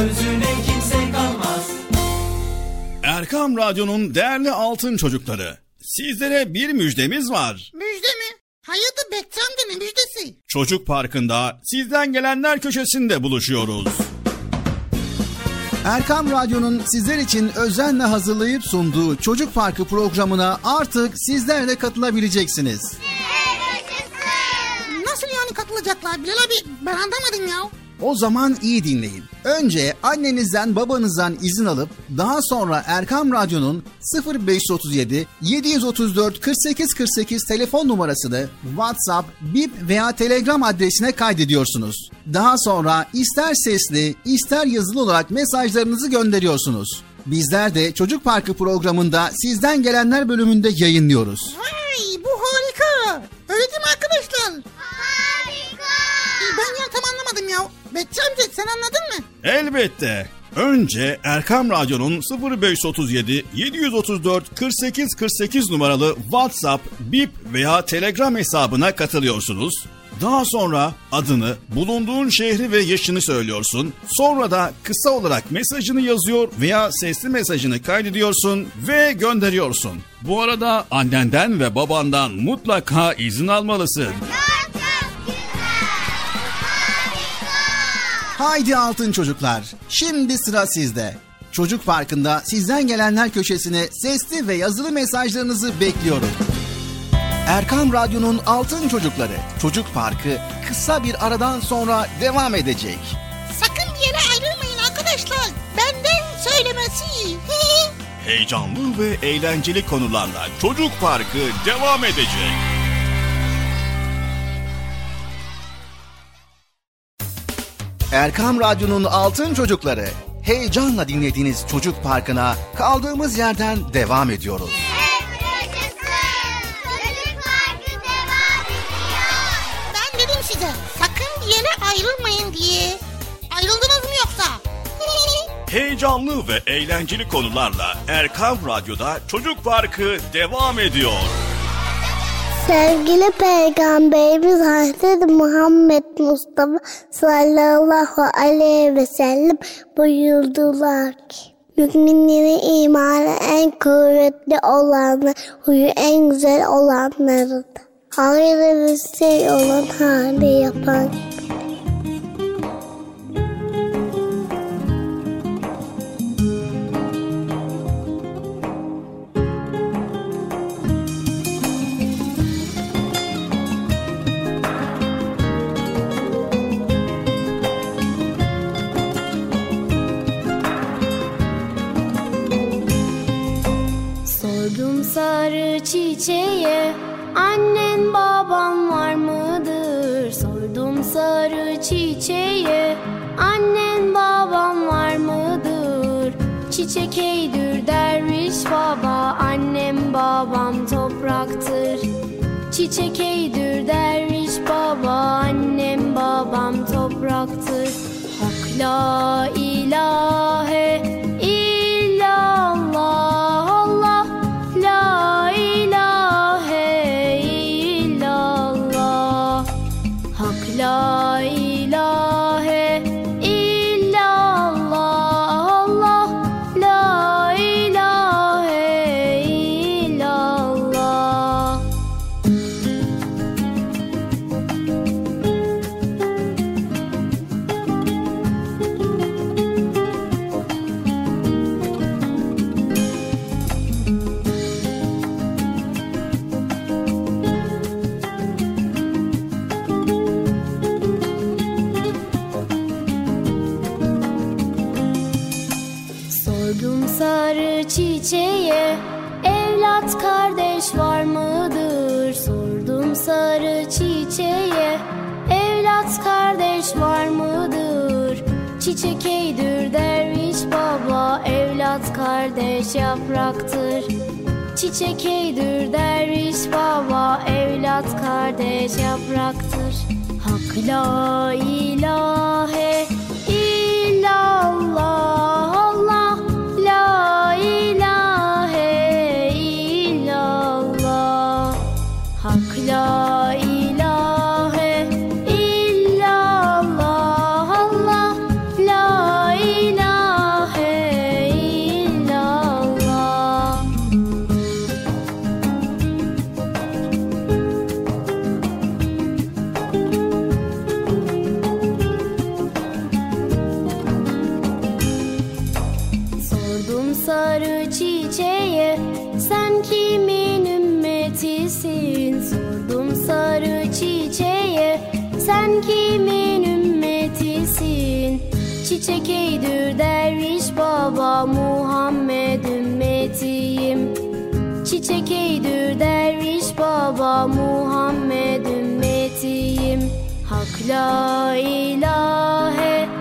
Erkam Radyo'nun değerli altın çocukları, sizlere bir müjdemiz var. Müjde mi? Hayırdır Bekçi amca, ne müjdesi? Çocuk Parkı'nda sizden gelenler köşesinde buluşuyoruz. Erkam Radyo'nun sizler için özenle hazırlayıp sunduğu Çocuk Parkı programına artık sizler de katılabileceksiniz. Nasıl yani katılacaklar Bilal abi? Ben anlamadım ya. O zaman iyi dinleyin. Önce annenizden babanızdan izin alıp daha sonra Erkam Radyo'nun sıfır beş otuz yedi yedi otuz dört kırk sekiz kırk sekiz telefon numarasını WhatsApp, Bip veya Telegram adresine kaydediyorsunuz. Daha sonra ister sesli ister yazılı olarak mesajlarınızı gönderiyorsunuz. Bizler de Çocuk Parkı programında sizden gelenler bölümünde yayınlıyoruz. Vay, bu harika. Öyle değil mi arkadaşlar? Harika. Ben ya tam anlamadım ya. Bekçi amca sen anladın mı? Elbette. Önce Erkam Radyo'nun sıfır beş otuz yedi yedi otuz dört kırk sekiz kırk sekiz numaralı WhatsApp, Bip veya Telegram hesabına katılıyorsunuz. Daha sonra adını, bulunduğun şehri ve yaşını söylüyorsun. Sonra da kısa olarak mesajını yazıyor veya sesli mesajını kaydediyorsun ve gönderiyorsun. Bu arada annenden ve babandan mutlaka izin almalısın. Haydi altın çocuklar, şimdi sıra sizde. Çocuk Parkı'nda sizden gelenler köşesine sesli ve yazılı mesajlarınızı bekliyorum. Erkam Radyo'nun altın çocukları, Çocuk Parkı kısa bir aradan sonra devam edecek. Sakın bir yere ayrılmayın arkadaşlar. Benden söylemesi. Heyecanlı ve eğlenceli konularla Çocuk Parkı devam edecek. Erkam Radyo'nun altın çocukları, heyecanla dinlediğiniz Çocuk Parkı'na kaldığımız yerden devam ediyoruz. Ben dedim size sakın bir yere ayrılmayın diye. Ayrıldınız mı yoksa? Heyecanlı ve eğlenceli konularla Erkam Radyo'da Çocuk Parkı devam ediyor. Sevgili Peygamberimiz Hazreti Muhammed Mustafa sallallahu aleyhi ve sellem buyurdular ki müminlerin imanı en kuvvetli olanı, huyu en güzel olanlarıdır. Hayırlı bir şey olan hali yapan. Sarı çiçeğe annen baban var mıdır? Sordum sarı çiçeğe annen baban var mıdır? Çiçek eydür derviş baba, annem babam topraktır. Çiçek eydür derviş baba, annem babam topraktır. Hak la ilahe illallah. La ilahe illallah. Hak la ilahe illallah. Allah la ilahe illallah. Sarı çiçeğe evlat kardeş var mıdır? Sordum sarı çiçeğe evlat kardeş var mıdır? Çiçek eydür derviş baba, evlat kardeş yapraktır. Çiçek eydür derviş baba, evlat kardeş yapraktır. Hak la ilahe illallah. La ilahe illallah. Hak la ilahe illallah. Allah la ilahe illallah. sarı çiçeğe, sen kimin ümmetisin? Sordum sarı çiçeğe, sen kimin ümmetisin? Çiçek eydür derviş baba, Muhammed ümmetiyim. Çiçek eydür derviş baba, Muhammed ümmetiyim. Hak la ilahe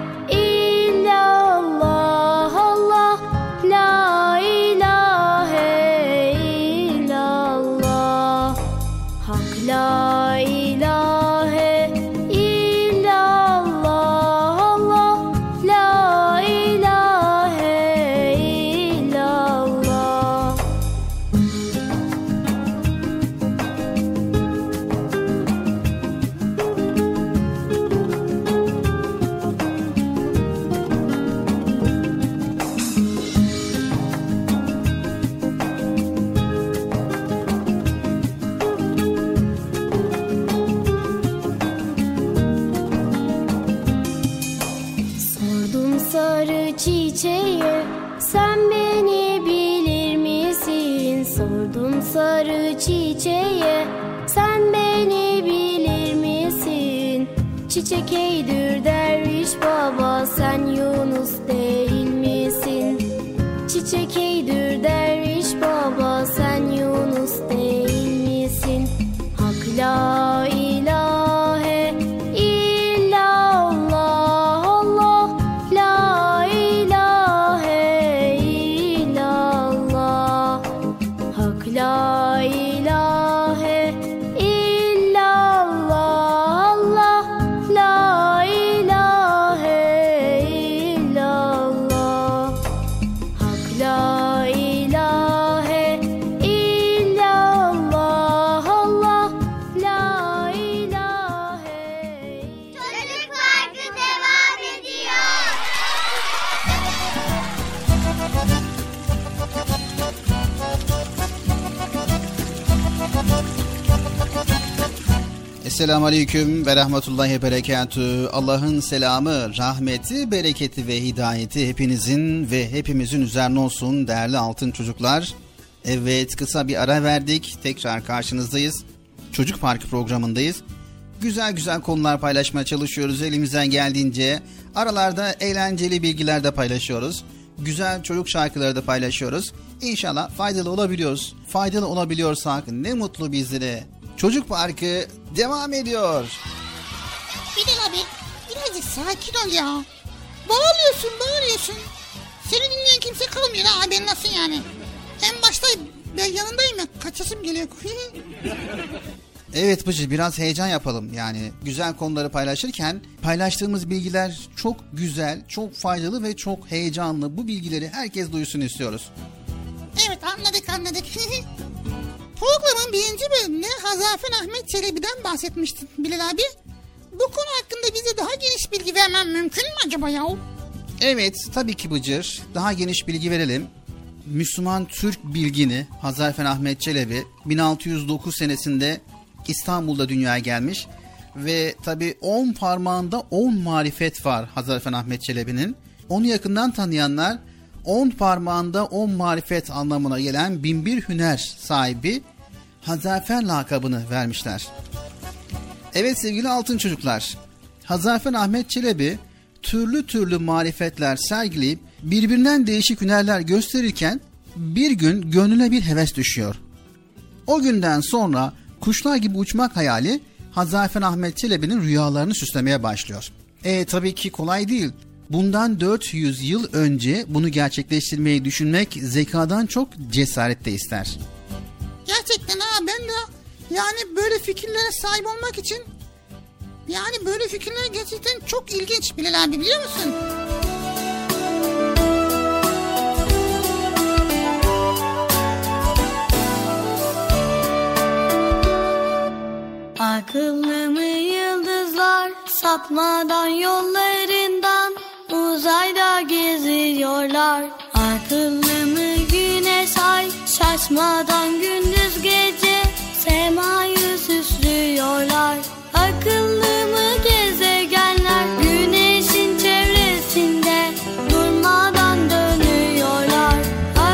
illallah, Allah la ilahe illallah. Hak la ilahe illallah, Allah la ilahe illallah. Sordum sarı çiçeğe, sen beni bilir misin? Sordum sarı çiçeğe, sen beni bilir misin? Çiçek eydür derviş baba, sen Yunus değil misin? Çiçek eydür derviş baba, sen Yunus değil misin? Hak la ilahe illallah, Allah la ilahe illallah. Hak la ilahe illallah, Allah la ilahe illallah. Hak la ilahe illallah, Allah la ilahe. Çocuk Parkı devam ediyor. Esselamu Aleyküm ve Rahmetullahi Berekatü. Allah'ın selamı, rahmeti, bereketi ve hidayeti hepinizin ve hepimizin üzerine olsun değerli altın çocuklar. Evet, kısa bir ara verdik. Tekrar karşınızdayız. Çocuk Parkı programındayız. Güzel güzel konular paylaşmaya çalışıyoruz elimizden geldiğince. Aralarda eğlenceli bilgiler de paylaşıyoruz. Güzel çocuk şarkıları da paylaşıyoruz. İnşallah faydalı olabiliyoruz. Faydalı olabiliyorsak ne mutlu bizlere. Çocuk Parkı devam ediyor. Bilal abi birazcık sakin ol ya. Bağırıyorsun bağırıyorsun. Seni dinleyen kimse kalmıyor ha, haberin nasıl yani. En başta ben yanındayım ya, kaçasım geliyor. Evet Bıcı, biraz heyecan yapalım. Yani güzel konuları paylaşırken paylaştığımız bilgiler çok güzel, çok faydalı ve çok heyecanlı. Bu bilgileri herkes duysun istiyoruz. Evet, anladık anladık. Programın birinci bölümünde Hazafin Ahmet Çelebi'den bahsetmiştin Bilal abi. Bu konu hakkında bize daha geniş bilgi vermen mümkün mü acaba ya? Evet, tabii ki Bıcır. Daha geniş bilgi verelim. Müslüman Türk bilgini Hazafin Ahmet Çelebi bin altı yüz dokuz senesinde İstanbul'da dünyaya gelmiş. Ve tabii on parmağında on marifet var Hazafin Ahmet Çelebi'nin. Onu yakından tanıyanlar on parmağında on marifet anlamına gelen binbir hüner sahibi Hazafer lakabını vermişler. Evet sevgili altın çocuklar, Hazafin Ahmet Çelebi türlü türlü marifetler sergileyip birbirinden değişik hünerler gösterirken bir gün gönlüne bir heves düşüyor. O günden sonra kuşlar gibi uçmak hayali Hazafin Ahmet Çelebi'nin rüyalarını süslemeye başlıyor. E tabii ki kolay değil. Bundan dört yüz yıl önce bunu gerçekleştirmeyi düşünmek zekadan çok cesaret de ister. Gerçekten ha, ben de yani böyle fikirlere sahip olmak için, yani böyle fikirler gerçekten çok ilginç Bilal abi, biliyor musun? Akıllı mı yıldızlar sapmadan yollarından uzayda geziyorlar. Akıllı mı güneş ay şaşmadan gündüz gece semayı süslüyorlar. Akıllı mı gezegenler güneşin çevresinde durmadan dönüyorlar.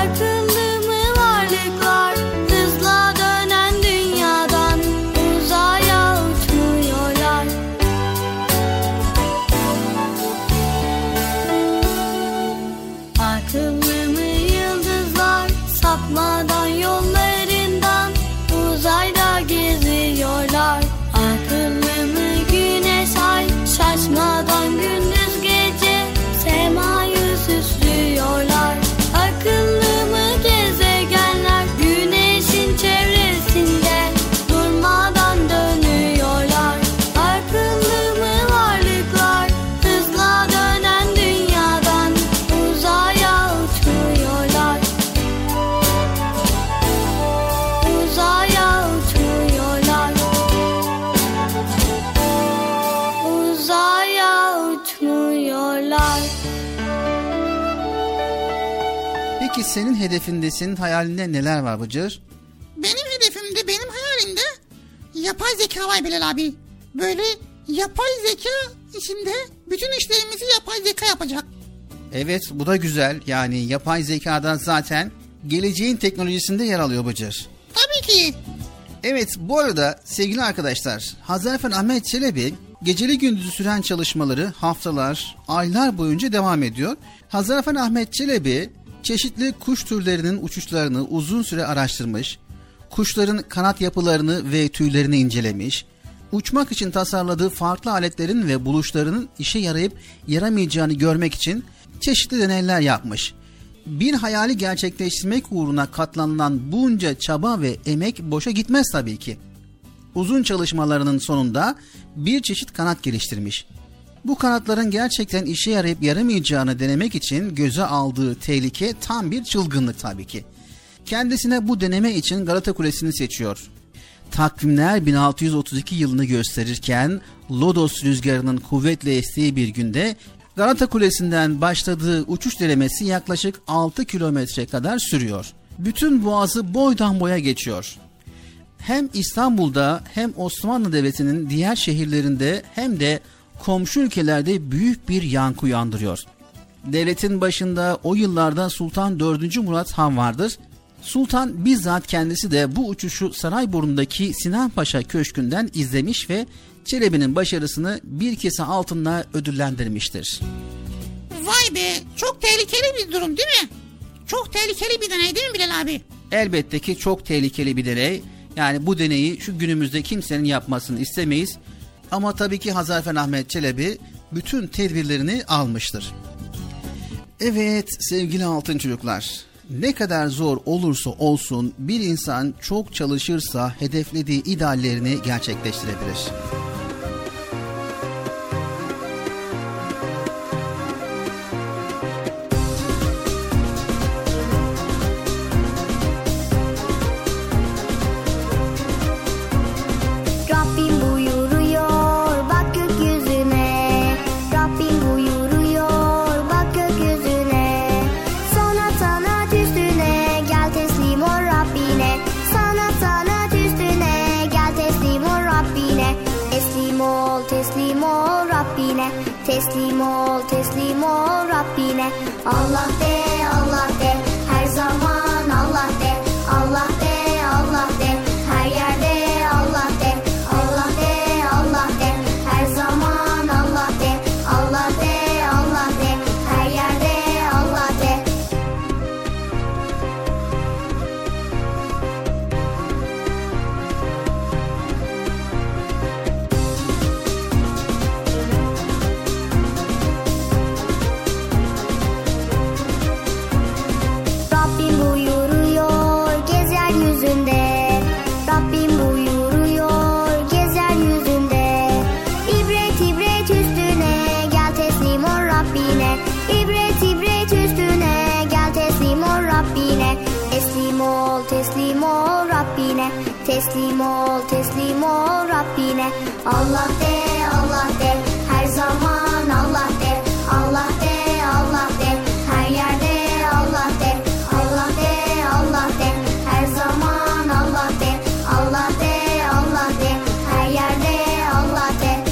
Peki senin hedefinde, senin hayalinde neler var Bıcır? Benim hedefimde, benim hayalimde yapay zeka var Bilal abi. Böyle yapay zeka içinde bütün işlerimizi yapay zeka yapacak. Evet, bu da güzel. Yani yapay zekadan zaten geleceğin teknolojisinde yer alıyor Bıcır. Tabii ki. Evet, bu arada sevgili arkadaşlar, Hazarfen Ahmet Çelebi geceli gündüzü süren çalışmaları haftalar, aylar boyunca devam ediyor. Hazarfen Ahmet Çelebi çeşitli kuş türlerinin uçuşlarını uzun süre araştırmış, kuşların kanat yapılarını ve tüylerini incelemiş, uçmak için tasarladığı farklı aletlerin ve buluşlarının işe yarayıp yaramayacağını görmek için çeşitli deneyler yapmış. Bir hayali gerçekleştirmek uğruna katlanılan bunca çaba ve emek boşa gitmez tabii ki. Uzun çalışmalarının sonunda bir çeşit kanat geliştirmiş. Bu kanatların gerçekten işe yarayıp yaramayacağını denemek için göze aldığı tehlike tam bir çılgınlık tabii ki. Kendisine bu deneme için Galata Kulesi'ni seçiyor. Takvimler bin altı yüz otuz iki yılını gösterirken lodos rüzgarının kuvvetle estiği bir günde Galata Kulesi'nden başladığı uçuş denemesi yaklaşık altı kilometre kadar sürüyor. Bütün boğazı boydan boya geçiyor. Hem İstanbul'da hem Osmanlı Devleti'nin diğer şehirlerinde hem de komşu ülkelerde büyük bir yankı uyandırıyor. Devletin başında o yıllarda Sultan dördüncü Murat Han vardır. Sultan bizzat kendisi de bu uçuşu Sarayburnu'ndaki Sinan Paşa Köşkü'nden izlemiş ve Çelebi'nin başarısını bir kese altınla ödüllendirmiştir. Vay be, çok tehlikeli bir durum değil mi? Çok tehlikeli bir deney değil mi Bilal abi? Elbette ki çok tehlikeli bir deney. Yani bu deneyi şu günümüzde kimsenin yapmasını istemeyiz. Ama tabii ki Hazarfen Ahmet Çelebi bütün tedbirlerini almıştır. Evet sevgili altın çocuklar, ne kadar zor olursa olsun bir insan çok çalışırsa hedeflediği ideallerini gerçekleştirebilir. Teslim ol, teslim ol Rabbine. Allah de, Allah de, her zaman Allah de. Allah de, Allah de, her yerde Allah de. Allah de, Allah de, her zaman Allah de. Allah de, Allah de, her yerde Allah de. Teslim ol, teslim ol Rabbine. Allah de, Allah de, her zaman Allah de. Allah de, Allah de, her yerde Allah de. Allah de, Allah de, her zaman Allah de. Allah de, Allah de, her yerde Allah de.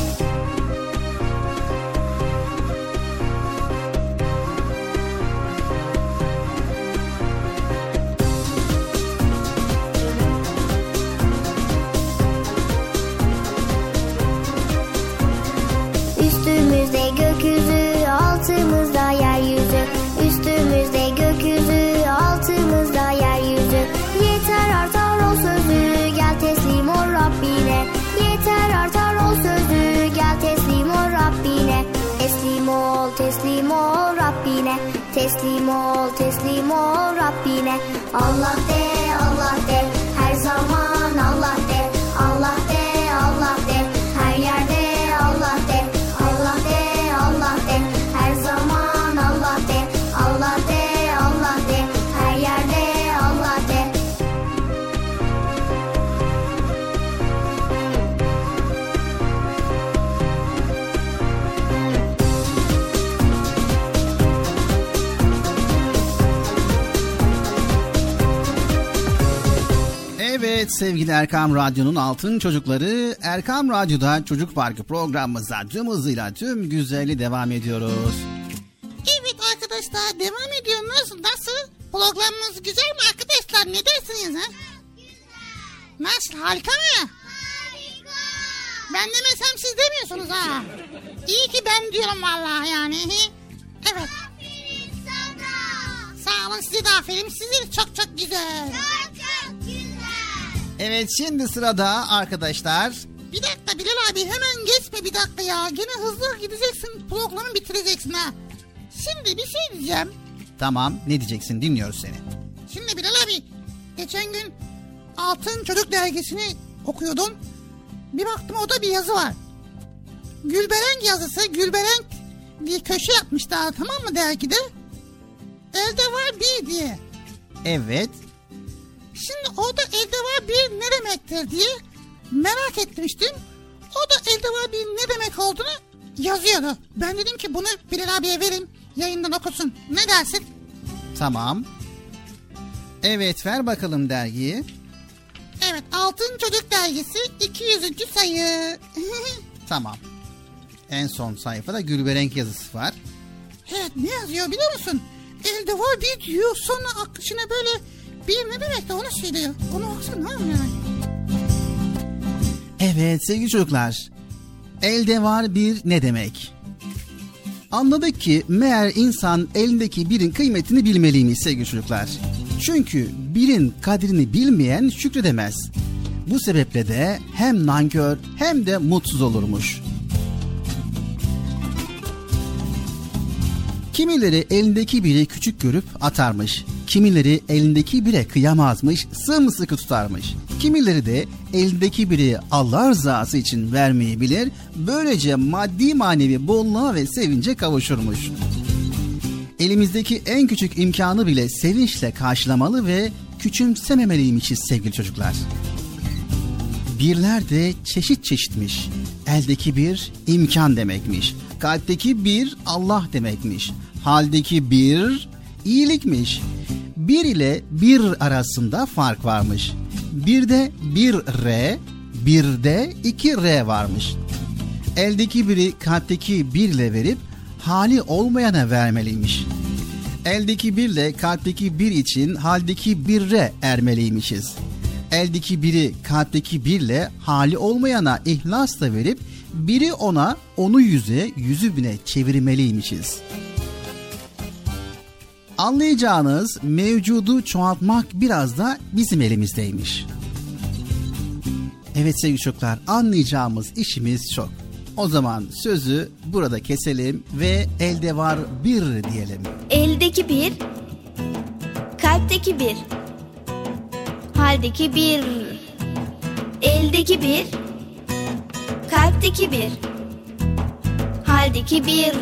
Üstümüzde gökyüzü, altımızda yeryüzü. Üstümüzde gökyüzü, altımızda yeryüzü. Yeter artar o sözü, gel teslim ol Rabbine. Yeter artar o sözü, gel teslim ol Rabbine. Teslim ol, teslim ol Rabbine. Teslim ol, teslim ol Rabbine. Allah de, Allah de, her zaman Allah de. Allah de, Allah de, her yerde Allah de. Allah de, Allah de, her zaman Allah de. Allah de, Allah de, her yerde Allah de. Evet sevgili Erkam Radyo'nun altın çocukları, Erkam Radyo'da Çocuk Parkı programımıza tüm hızıyla tüm güzelliği devam ediyoruz. Evet arkadaşlar, devam ediyoruz. Nasıl? Programımız güzel mi arkadaşlar? Ne dersiniz ha? Nasıl? Harika mı? Harika. Ben demesem siz demiyorsunuz ha. İyi ki ben diyorum vallahi yani. Evet. Aferin sana. Sağ olun, size de aferin. Size çok çok güzel. Çok çok güzel. Evet, şimdi sırada arkadaşlar. Bir dakika Bilal abi, hemen geçme bir dakika ya. Gene hızlı gideceksin, programı bitireceksin ha. Şimdi bir şey diyeceğim. Tamam, ne diyeceksin, dinliyoruz seni. Şimdi Bilal abi, geçen gün Altın Çocuk Dergisi'ni okuyordum. Bir baktım orada bir yazı var. Gülberenk yazısı, Gülberenk diye köşe yapmışlar, tamam mı, dergide? Elde var bir diye. Evet. Şimdi orada elde var bir ne demektir diye merak etmiştim. O da elde var bir ne demek olduğunu yazıyordu. Ben dedim ki bunu Bilal abiye verin, yayından okusun. Ne dersin? Tamam. Evet, ver bakalım dergiyi. Evet, Altın Çocuk Dergisi iki yüzüncü sayı. Tamam. En son sayfada Gülberenk yazısı var. Evet, ne yazıyor biliyor musun? Elde var bir diyor, sonra akışına böyle bir ne demek de onu söylüyor. Onu okusana yani. Evet sevgili çocuklar. Elde var bir ne demek? Anladık ki meğer insan elindeki birin kıymetini bilmeliymiş sevgili çocuklar. Çünkü birin kadrini bilmeyen şükredemez. Bu sebeple de hem nankör hem de mutsuz olurmuş. Kimileri elindeki biri küçük görüp atarmış. Kimileri elindeki bire kıyamazmış, sımsıkı tutarmış. Kimileri de elindeki biri Allah rızası için vermeyi bilir, böylece maddi manevi bolluğa ve sevince kavuşurmuş. Elimizdeki en küçük imkanı bile sevinçle karşılamalı ve küçümsememeliymişiz sevgili çocuklar. Birler de çeşit çeşitmiş. Eldeki bir imkan demekmiş. Kalpteki bir Allah demekmiş. Haldeki bir iyilikmiş. Bir ile bir arasında fark varmış. Birde bir R, birde iki R varmış. Eldeki biri kalpteki birle verip hali olmayana vermeliymiş. Eldeki birle kalpteki bir için haldeki birre ermeliymişiz. Eldeki biri kalpteki birle hali olmayana ihlasla verip biri ona onu yüze yüzü bine çevirmeliymişiz. Anlayacağınız mevcudu çoğaltmak biraz da bizim elimizdeymiş. Evet sevgili çocuklar, anlayacağımız işimiz çok. O zaman sözü burada keselim ve elde var bir diyelim. Eldeki bir, kalpteki bir, haldeki bir. Eldeki bir, kalpteki bir, haldeki bir.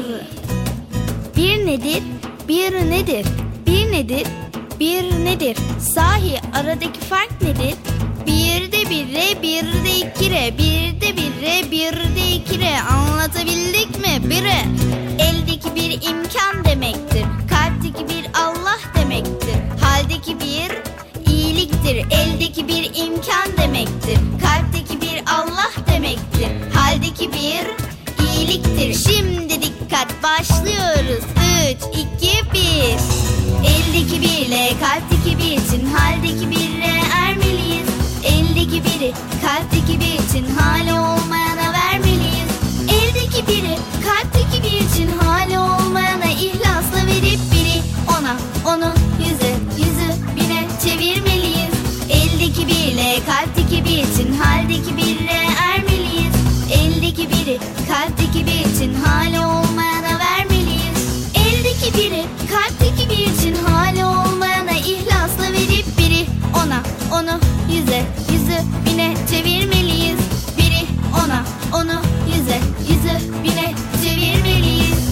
Bir nedir? Bir nedir? Bir nedir? Bir nedir? Sahi aradaki fark nedir? Bir de bir re, bir de iki re, bir de bir re, bir de iki re. Anlatabildik mi? Bire. Eldeki bir imkan demektir. Kalpteki bir Allah demektir. Haldeki bir iyiliktir. Eldeki bir imkan demektir. Kalpteki bir Allah demektir. Haldeki bir iyiliktir. Şimdi dikkat, başlıyoruz. Üç, iki, bir. Eldeki birle kalpteki bir için haldeki birre ermeliyiz. Eldeki biri kalpteki bir için hali olmayana vermeliyiz. Eldeki biri kalpteki bir için hali olmayana ihlasla verip biri ona onu yüze yüzü bine çevirmeliyiz. Eldeki birle kalpteki bir için haldeki birre ermeliyiz. Eldeki biri kalpteki bir için hali olmayana vermeliyiz. Eldeki biri kalpteki bir için hali olmayana ihlasla verip biri ona onu yüze yüzü bine çevirmeliyiz. Biri ona onu yüze yüzü bine çevirmeliyiz.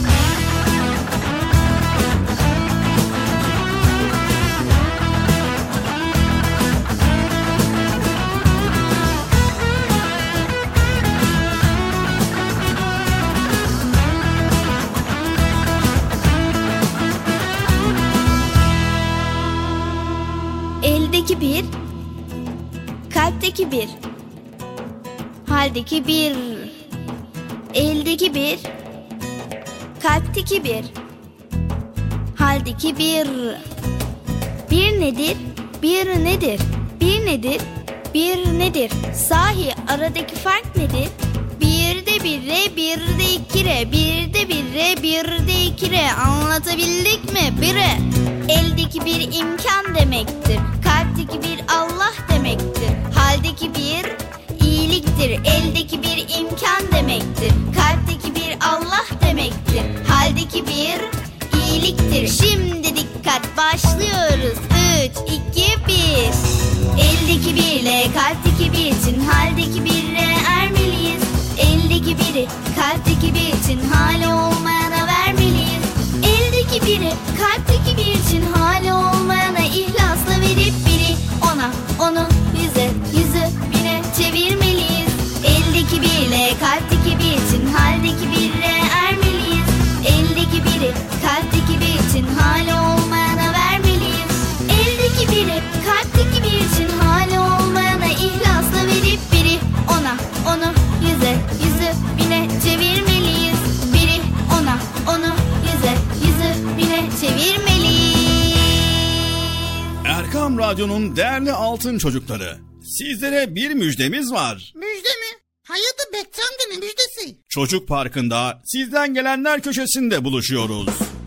Eldeki bir, kalpteki bir, haldeki bir, eldeki bir, kalpteki bir, haldeki bir. Bir nedir, bir nedir, bir nedir, bir nedir? Sahi aradaki fark nedir? Bir de bir re, bir de iki re, bir de bir re, bir de iki re. Anlatabildik mi? Bire. Eldeki bir imkan demektir. Kalpteki bir Allah demektir. Haldeki bir iyiliktir. Eldeki bir imkan demektir. Kalpteki bir Allah demektir. Haldeki bir iyiliktir. Şimdi dikkat, başlıyoruz. Üç, iki, bir. Eldeki birle kalpteki bir için haldeki birle ermeliyiz. Eldeki biri kalpteki bir için hali olmayana vermeliyiz. Eldeki biri kalpteki bir için hali olmayana ihlasla verip biri ona, onu yüze, yüzü bine çevirmeliyiz. Eldeki birle kalpteki bir için haldeki birle ermeliyiz. Eldeki biri kalpteki bir için hali olmayana vermeliyiz. Eldeki biri kalpteki bir için hali olmayana ihlasla verip biri ona, onu yüze, yüzü bine çevirmeliyiz. Biri ona, onu yüze, yüzü bine çevirmeliyiz. Erkam Radyo'nun değerli altın çocukları, sizlere bir müjdemiz var. Müjde mi? Hayırdır Bekçi amca, ne müjdesi? Çocuk Parkı'nda sizden gelenler köşesinde buluşuyoruz.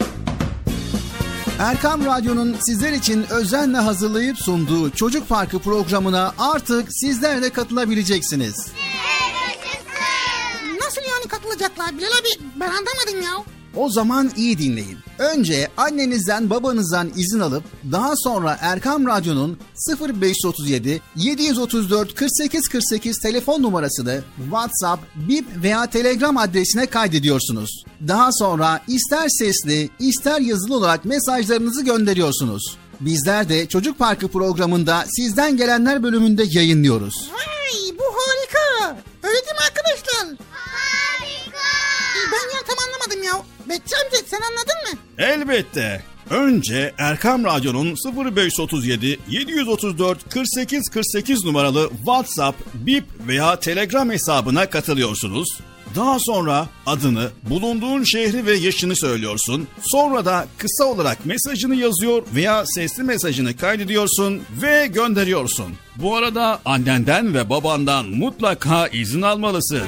Erkam Radyo'nun sizler için özenle hazırlayıp sunduğu Çocuk Parkı programına artık sizler de katılabileceksiniz. Nasıl yani katılacaklar Bilal abi? Ben anlamadım ya. O zaman iyi dinleyin. Önce annenizden babanızdan izin alıp daha sonra Erkam Radyo'nun sıfır beş otuz yedi yedi otuz dört kırk sekiz kırk sekiz telefon numarasını WhatsApp, Bip veya Telegram adresine kaydediyorsunuz. Daha sonra ister sesli ister yazılı olarak mesajlarınızı gönderiyorsunuz. Bizler de Çocuk Parkı programında sizden gelenler bölümünde yayınlıyoruz. Vay, bu harika. Öyle değil mi arkadaşlar? Harika. Ben ya tam anlamadım ya. Bekçi amca sen anladın mı? Elbette. Önce Erkam Radyo'nun sıfır beş otuz yedi yedi otuz dört kırk sekiz kırk sekiz numaralı WhatsApp, Bip veya Telegram hesabına katılıyorsunuz. Daha sonra adını, bulunduğun şehri ve yaşını söylüyorsun. Sonra da kısa olarak mesajını yazıyor veya sesli mesajını kaydediyorsun ve gönderiyorsun. Bu arada annenden ve babandan mutlaka izin almalısın.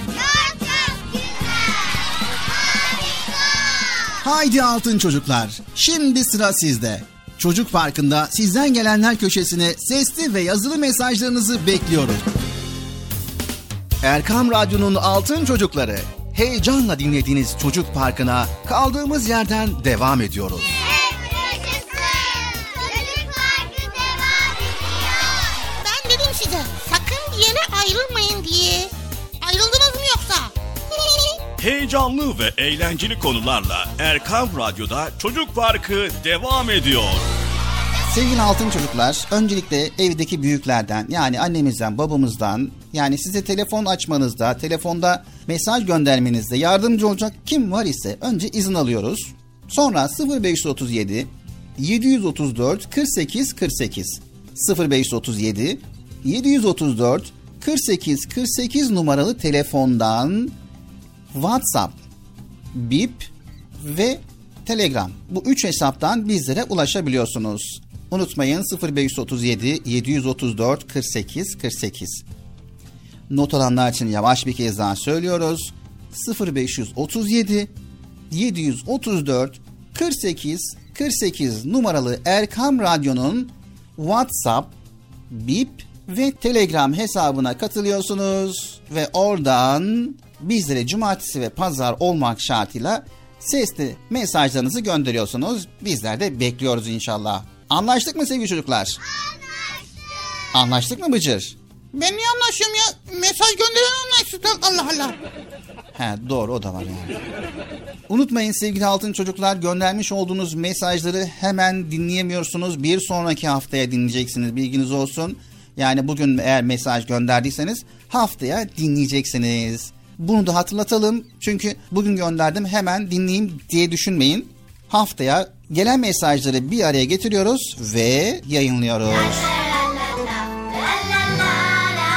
Haydi altın çocuklar, şimdi sıra sizde. Çocuk Parkı'nda sizden gelenler köşesine sesli ve yazılı mesajlarınızı bekliyoruz. Erkam Radyo'nun altın çocukları, heyecanla dinlediğiniz Çocuk Parkı'na kaldığımız yerden devam ediyoruz. Ben dedim size sakın bir yere ayrılmayın diye. Ayrıldınız mı yoksa? Heyecanlı ve eğlenceli konularla Erkam Radyo'da Çocuk Parkı devam ediyor. Sevgili altın çocuklar, öncelikle evdeki büyüklerden, yani annemizden, babamızdan, yani size telefon açmanızda, telefonda mesaj göndermenizde yardımcı olacak kim var ise önce izin alıyoruz. Sonra sıfır beş otuz yedi yedi otuz dört kırk sekiz kırk sekiz sıfır beş otuz yedi yedi otuz dört kırk sekiz kırk sekiz numaralı telefondan WhatsApp, Bip ve Telegram, bu üç hesaptan bizlere ulaşabiliyorsunuz. Unutmayın, sıfır beş otuz yedi yedi otuz dört kırk sekiz kırk sekiz. Not alanlar için yavaş bir kez daha söylüyoruz. sıfır beş otuz yedi yedi otuz dört kırk sekiz kırk sekiz numaralı Erkam Radyo'nun WhatsApp, Bip ve Telegram hesabına katılıyorsunuz ve oradan bizlere cumartesi ve pazar olmak şartıyla sesli mesajlarınızı gönderiyorsunuz. Bizler de bekliyoruz inşallah. Anlaştık mı sevgili çocuklar? Anlaştık. Anlaştık mı Bıcır? Ben niye anlaşıyorum ya? Mesaj gönderen anlaştık. Allah Allah. He, doğru, o da var yani. Unutmayın sevgili altın çocuklar, göndermiş olduğunuz mesajları hemen dinleyemiyorsunuz. Bir sonraki haftaya dinleyeceksiniz, bilginiz olsun. Yani bugün eğer mesaj gönderdiyseniz haftaya dinleyeceksiniz. Bunu da hatırlatalım. Çünkü bugün gönderdim hemen dinleyeyim diye düşünmeyin. Haftaya gelen mesajları bir araya getiriyoruz ve yayınlıyoruz.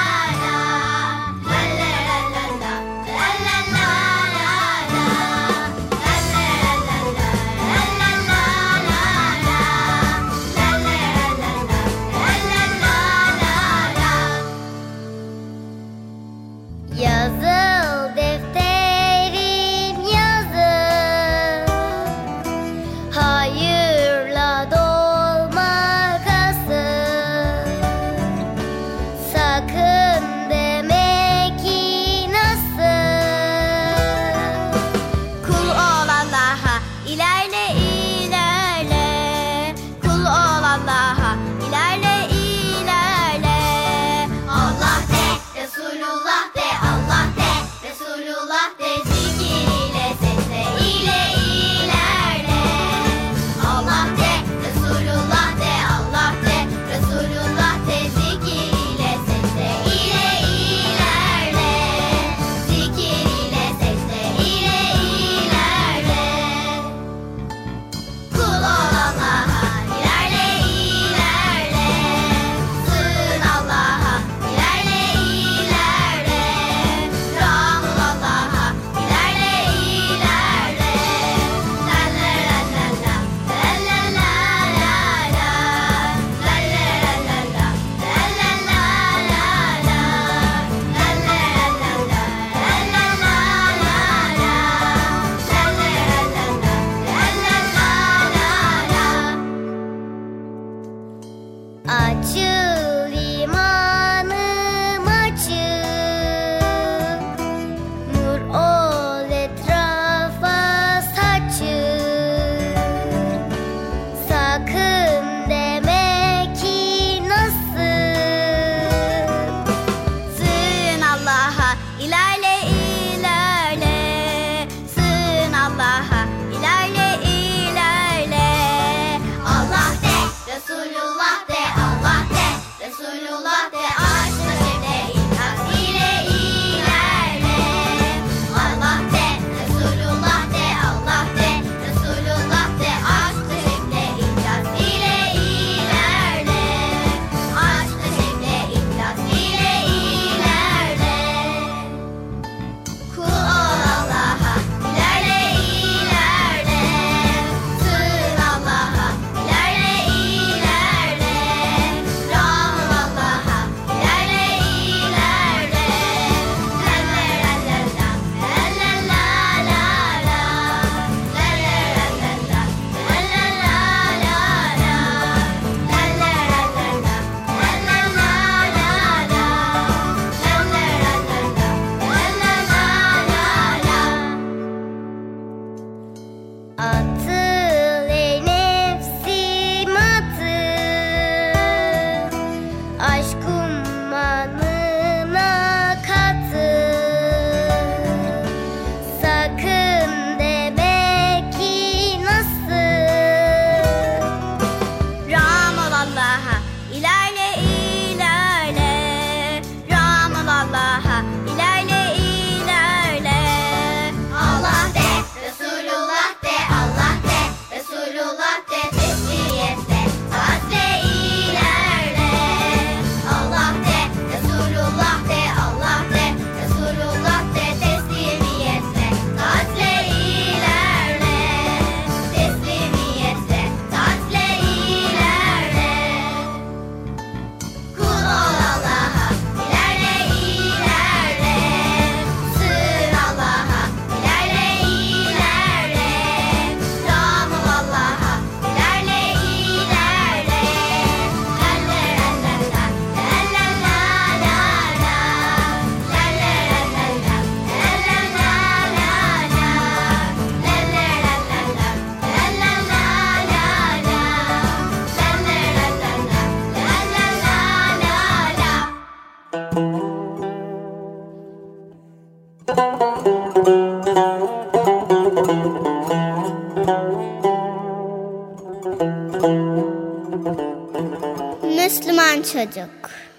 Müslüman çocuk.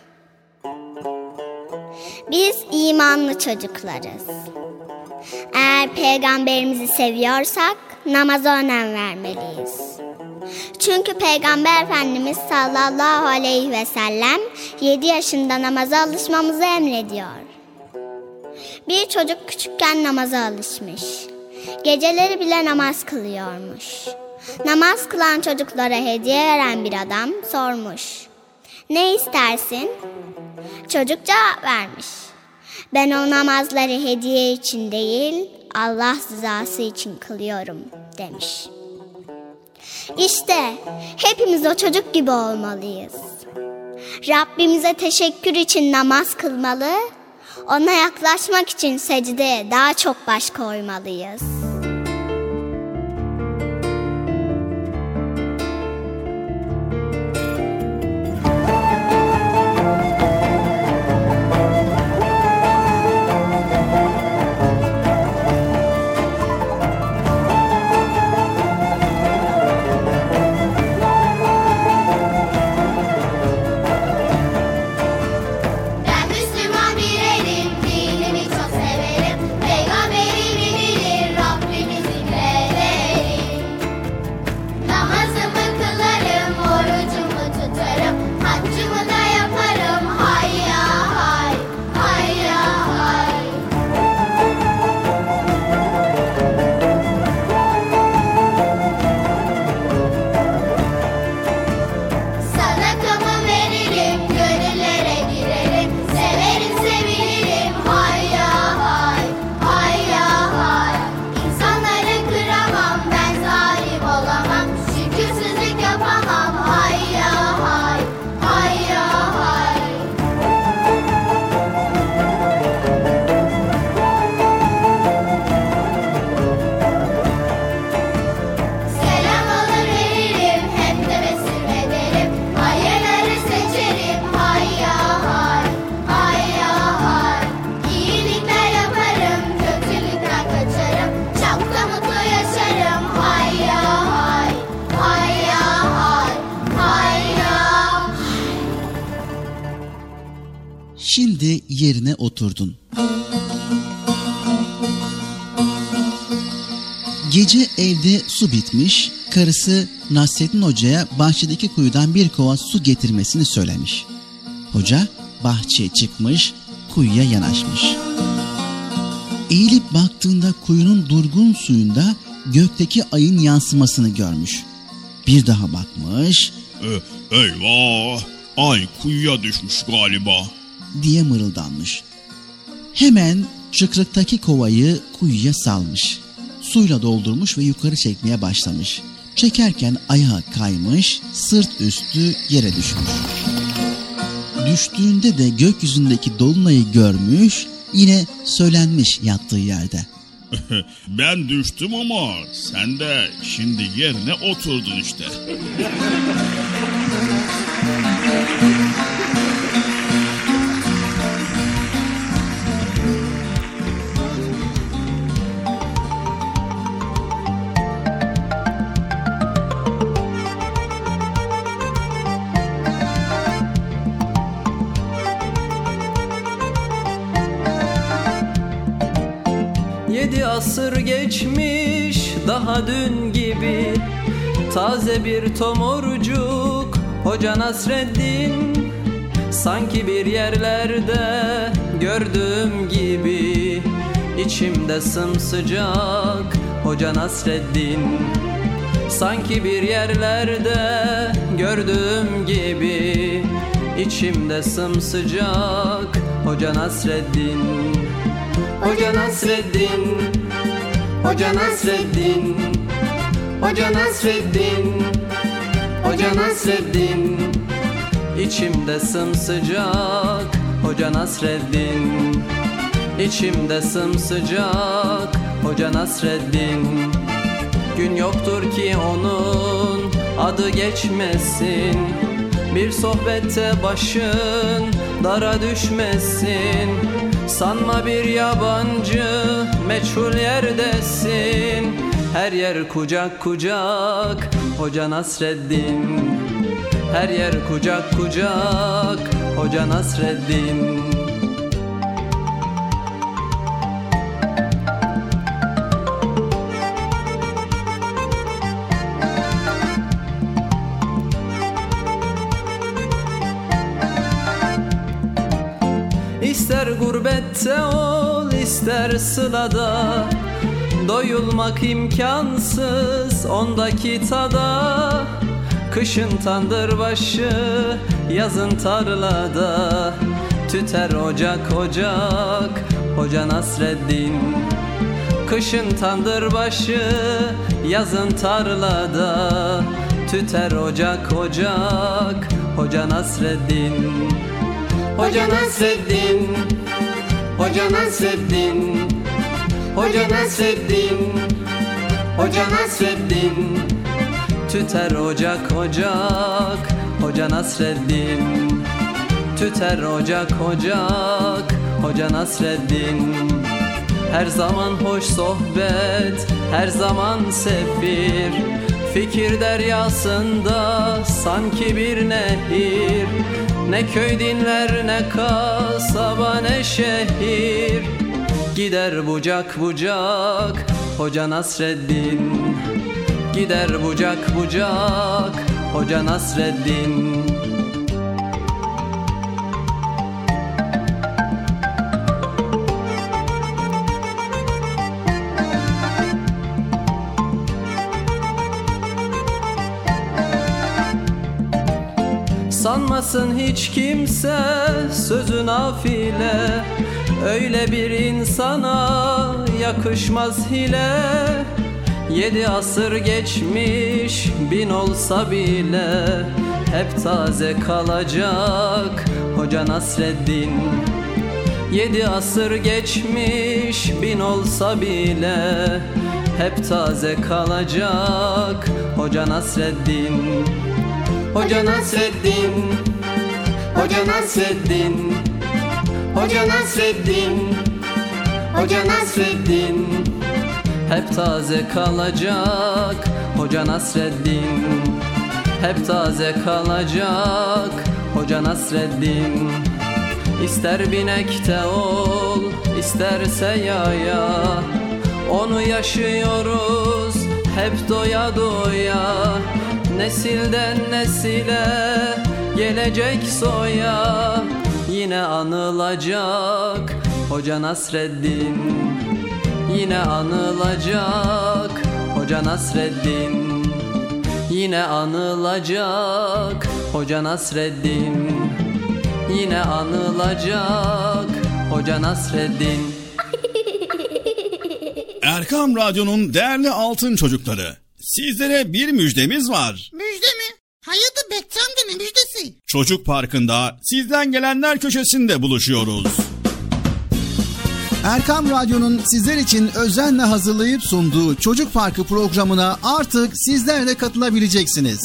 Biz imanlı çocuklarız. Eğer peygamberimizi seviyorsak namaza önem vermeliyiz. Çünkü Peygamber Efendimiz sallallahu aleyhi ve sellem yedi yaşında namaza alışmamızı emrediyor. Bir çocuk küçükken namaza alışmış. Geceleri bile namaz kılıyormuş. Namaz kılan çocuklara hediye veren bir adam sormuş. Ne istersin? Çocuk cevap vermiş. Ben o namazları hediye için değil, Allah rızası için kılıyorum demiş. İşte hepimiz o çocuk gibi olmalıyız. Rabbimize teşekkür için namaz kılmalı, ona yaklaşmak için secdeye daha çok baş koymalıyız. Şimdi yerine oturdun. Gece evde su bitmiş, karısı Nasrettin Hoca'ya bahçedeki kuyudan bir kova su getirmesini söylemiş. Hoca bahçeye çıkmış, kuyuya yanaşmış. Eğilip baktığında kuyunun durgun suyunda gökteki ayın yansımasını görmüş. Bir daha bakmış. E, eyvah, ay kuyuya düşmüş galiba diye mırıldanmış. Hemen çıkrıktaki kovayı kuyuya salmış. Suyla doldurmuş ve yukarı çekmeye başlamış. Çekerken ayağı kaymış, sırt üstü yere düşmüş. Düştüğünde de gökyüzündeki dolunayı görmüş, yine söylenmiş yattığı yerde. Ben düştüm ama sen de şimdi yerine oturdun işte. Yedi asır geçmiş daha dün gibi, taze bir tomurcuk Hoca Nasreddin. Sanki bir yerlerde gördüğüm gibi, içimde sımsıcak Hoca Nasreddin. Sanki bir yerlerde gördüğüm gibi, içimde sımsıcak Hoca Nasreddin. Hoca Nasreddin, Hoca Nasreddin, Hoca Nasreddin, Hoca Nasreddin. İçimde sımsıcak Hoca Nasreddin. İçimde sımsıcak Hoca Nasreddin. Gün yoktur ki onun adı geçmesin, bir sohbette başın dara düşmesin. Sanma bir yabancı meçhul yerdesin, her yer kucak kucak Hoca Nasreddin. Her yer kucak kucak Hoca Nasreddin. İster gurbette ol, ister sılada, doyulmak imkansız ondaki tada. Kışın tandır başı, yazın tarlada, tüter ocak ocak Hoca Nasreddin. Kışın tandır başı, yazın tarlada, tüter ocak ocak Hoca Nasreddin. Hoca Nasreddin, Hoca Nasreddin, Hoca Nasreddin, Hoca Nasreddin. Tüter ocak ocak Hoca Nasreddin. Tüter ocak ocak Hoca Nasreddin. Her zaman hoş sohbet, her zaman sefir, fikir deryasında sanki bir nehir. Ne köy dinler, ne kasaba, ne şehir, gider bucak bucak Hoca Nasreddin. Gider bucak bucak Hoca Nasreddin. Sanmasın hiç kimse sözü nafile, öyle bir insana yakışmaz hile. Yedi asır geçmiş bin olsa bile, hep taze kalacak Hoca Nasreddin. Yedi asır geçmiş bin olsa bile, hep taze kalacak Hoca Nasreddin. Hoca Nasreddin, Hoca Nasreddin, Hoca Nasreddin, Hoca Nasreddin. Hep taze kalacak Hoca Nasreddin. Hep taze kalacak Hoca Nasreddin. İster binekte ol, isterse yaya, onu yaşıyoruz hep doya doya. Nesilden nesile gelecek soya, yine anılacak Hoca Nasreddin. Yine anılacak Hoca Nasreddin. Yine anılacak Hoca Nasreddin. Yine anılacak Hoca Nasreddin. Erkam Radyo'nun değerli altın çocukları, sizlere bir müjdemiz var. Müjde mi? Hayırdır Bekçi amca, ne müjdesi? Çocuk Parkı'nda sizden gelenler köşesinde buluşuyoruz. Erkam Radyo'nun sizler için özenle hazırlayıp sunduğu Çocuk Parkı programına artık sizler de katılabileceksiniz.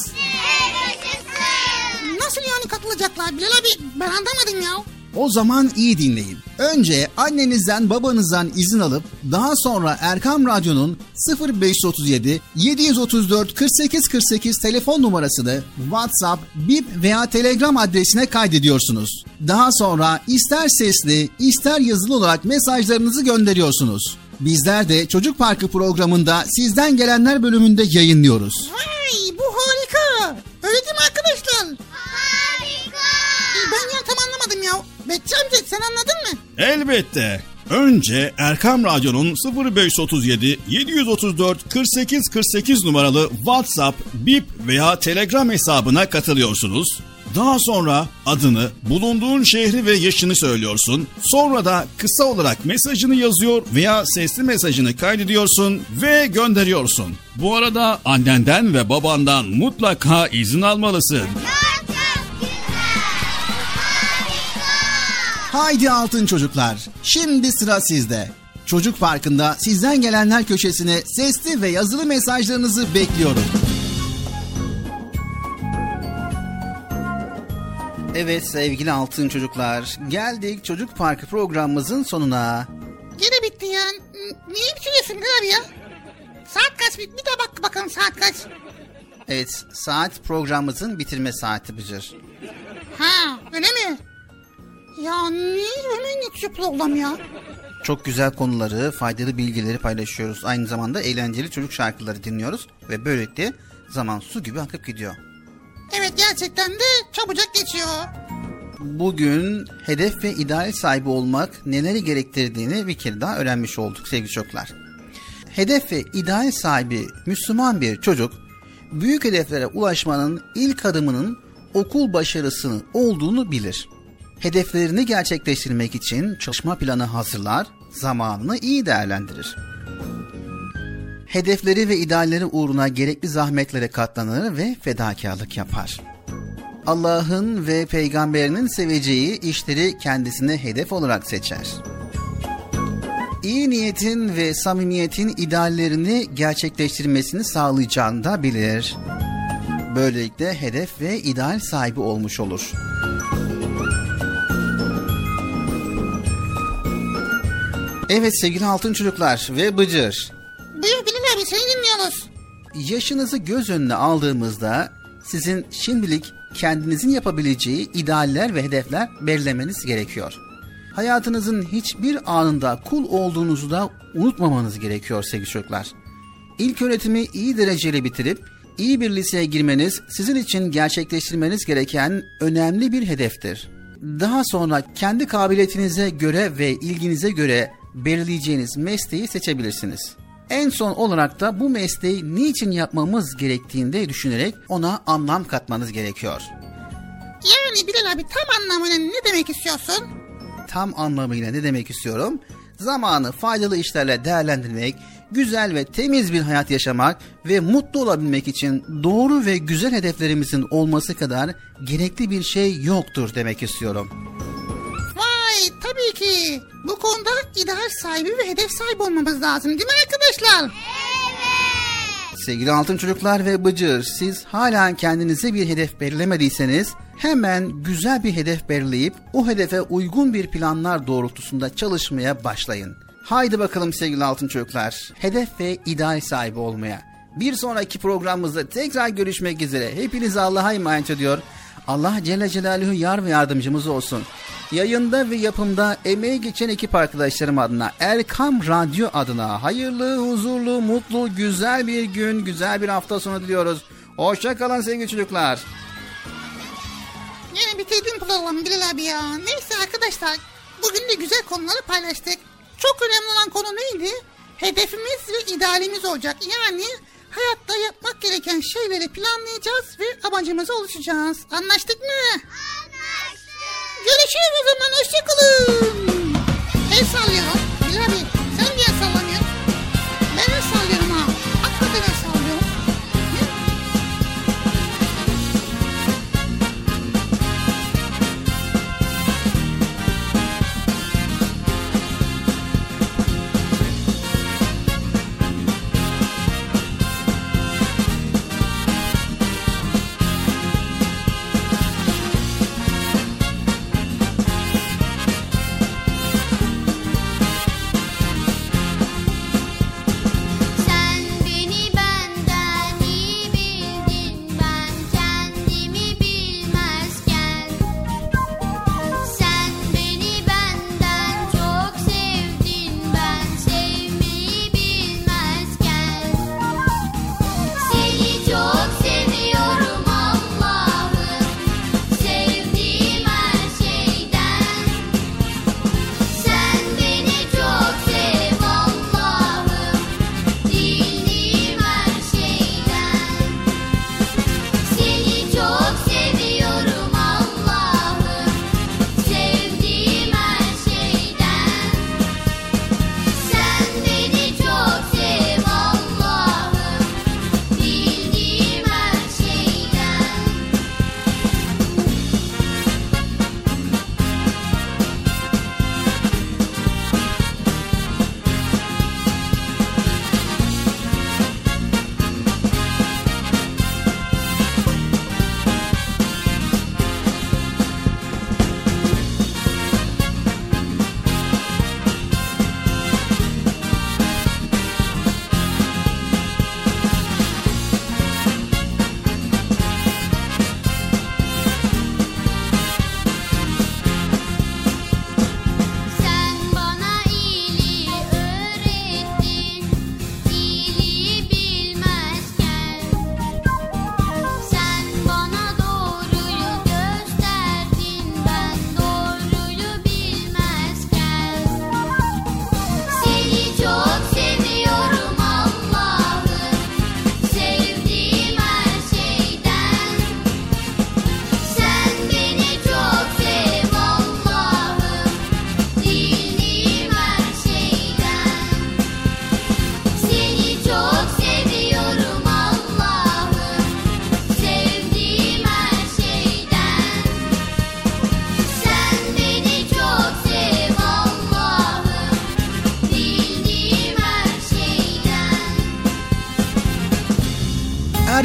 Nasıl yani katılacaklar Bilal abi? Ben anlamadım ya. O zaman iyi dinleyin. Önce annenizden babanızdan izin alıp daha sonra Erkam Radyo'nun sıfır beş otuz yedi yedi otuz dört kırk sekiz kırk sekiz telefon numarasını WhatsApp, Bip veya Telegram adresine kaydediyorsunuz. Daha sonra ister sesli ister yazılı olarak mesajlarınızı gönderiyorsunuz. Bizler de Çocuk Parkı programında sizden gelenler bölümünde yayınlıyoruz. Vay, bu harika. Öyle değil mi arkadaşlar? Harika. Ben ya tam anlamadım ya. Bekçi amca sen anladın mı? Elbette. Önce Erkam Radyo'nun sıfır beş otuz yedi yedi otuz dört kırk sekiz kırk sekiz numaralı WhatsApp, Bip veya Telegram hesabına katılıyorsunuz. Daha sonra adını, bulunduğun şehri ve yaşını söylüyorsun. Sonra da kısa olarak mesajını yazıyor veya sesli mesajını kaydediyorsun ve gönderiyorsun. Bu arada annenden ve babandan mutlaka izin almalısın. Haydi altın çocuklar, şimdi sıra sizde. Çocuk Parkı'nda sizden gelenler köşesine sesli ve yazılı mesajlarınızı bekliyorum. Evet sevgili altın çocuklar, geldik Çocuk Parkı programımızın sonuna. Gene bitti ya. Niye bitiriyorsun Bilal ya? Saat kaç? Bir de bak bakalım saat kaç. Evet, saat programımızın bitirme saati Bıcır. Ha, öyle mi? Ya niye hemen geçiyor program ya? Çok güzel konuları, faydalı bilgileri paylaşıyoruz. Aynı zamanda eğlenceli çocuk şarkıları dinliyoruz ve böylelikle zaman su gibi akıp gidiyor. Evet, gerçekten de çabucak geçiyor. Bugün hedef ve ideal sahibi olmak neleri gerektirdiğini bir kere daha öğrenmiş olduk sevgili çocuklar. Hedef ve ideal sahibi Müslüman bir çocuk, büyük hedeflere ulaşmanın ilk adımının okul başarısının olduğunu bilir. Hedeflerini gerçekleştirmek için çalışma planı hazırlar, zamanını iyi değerlendirir. Hedefleri ve idealleri uğruna gerekli zahmetlere katlanır ve fedakarlık yapar. Allah'ın ve peygamberinin seveceği işleri kendisine hedef olarak seçer. İyi niyetin ve samimiyetin ideallerini gerçekleştirmesini sağlayacağını da bilir. Böylelikle hedef ve ideal sahibi olmuş olur. Evet sevgili altın çocuklar ve Bıcır. Buyur Bilal abi, seni dinliyoruz. Yaşınızı göz önüne aldığımızda sizin şimdilik kendinizin yapabileceği idealler ve hedefler belirlemeniz gerekiyor. Hayatınızın hiçbir anında kul olduğunuzu da unutmamanız gerekiyor sevgili çocuklar. İlköğretimi iyi dereceyle bitirip iyi bir liseye girmeniz sizin için gerçekleştirmeniz gereken önemli bir hedeftir. Daha sonra kendi kabiliyetinize göre ve ilginize göre belirleyeceğiniz mesleği seçebilirsiniz. En son olarak da bu mesleği niçin yapmamız gerektiğinde düşünerek ona anlam katmanız gerekiyor. Yani Bilal abi, tam anlamıyla ne demek istiyorsun? Tam anlamıyla ne demek istiyorum? Zamanı faydalı işlerle değerlendirmek, güzel ve temiz bir hayat yaşamak ve mutlu olabilmek için doğru ve güzel hedeflerimizin olması kadar gerekli bir şey yoktur demek istiyorum. Vay, tabii ki. Bu konuda ideal sahibi ve hedef sahibi olmamız lazım değil mi arkadaşlar? Evet. Sevgili altın çocuklar ve Bıcır, siz hala kendinize bir hedef belirlemediyseniz hemen güzel bir hedef belirleyip o hedefe uygun bir planlar doğrultusunda çalışmaya başlayın. Haydi bakalım sevgili altın çocuklar, hedef ve ideal sahibi olmaya. Bir sonraki programımızda tekrar görüşmek üzere. Hepinizi Allah'a emanet ediyor. Allah Celle Celaluhu yar ve yardımcımız olsun. Yayında ve yapımda emeği geçen ekip arkadaşlarım adına, Erkam Radyo adına hayırlı, huzurlu, mutlu, güzel bir gün, güzel bir hafta sonu diliyoruz. Hoşça kalın sevgili çocuklar. Yine bitirdim programı Bilal abi ya. Neyse arkadaşlar, bugün de güzel konuları paylaştık. Çok önemli olan konu neydi? Hedefimiz ve idealimiz olacak. Yani hayatta yapmak gereken şeyleri planlayacağız ve amacımıza ulaşacağız. Anlaştık mı? Anlaştık. Görüşürüz o zaman, hoşçakalın. El sallıyorum. Bilal abi, sen niye sallamıyorsun? Ben el sallıyorum ha. Hakikaten el sallıyorum.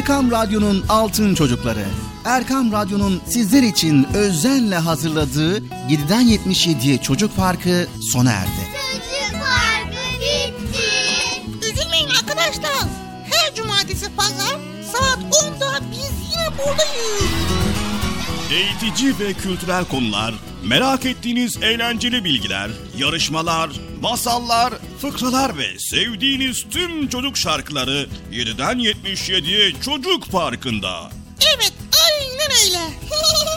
Erkam Radyo'nun Altın Çocukları. Erkam Radyo'nun sizler için özenle hazırladığı yediden yetmiş yediye Çocuk Parkı sona erdi. Çocuk Parkı bitti. Üzülmeyin arkadaşlar. Her cumartesi pazar saat onda biz yine buradayız. Eğitici ve kültürel konular, merak ettiğiniz eğlenceli bilgiler, yarışmalar, masallar, fıkralar ve sevdiğiniz tüm çocuk şarkıları yediden yetmiş yediye Çocuk Parkı'nda. Evet, aynen öyle.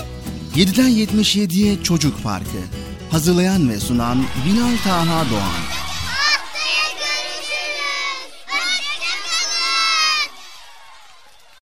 yediden yetmiş yediye Çocuk Parkı. Hazırlayan ve sunan Binal Taha Doğan.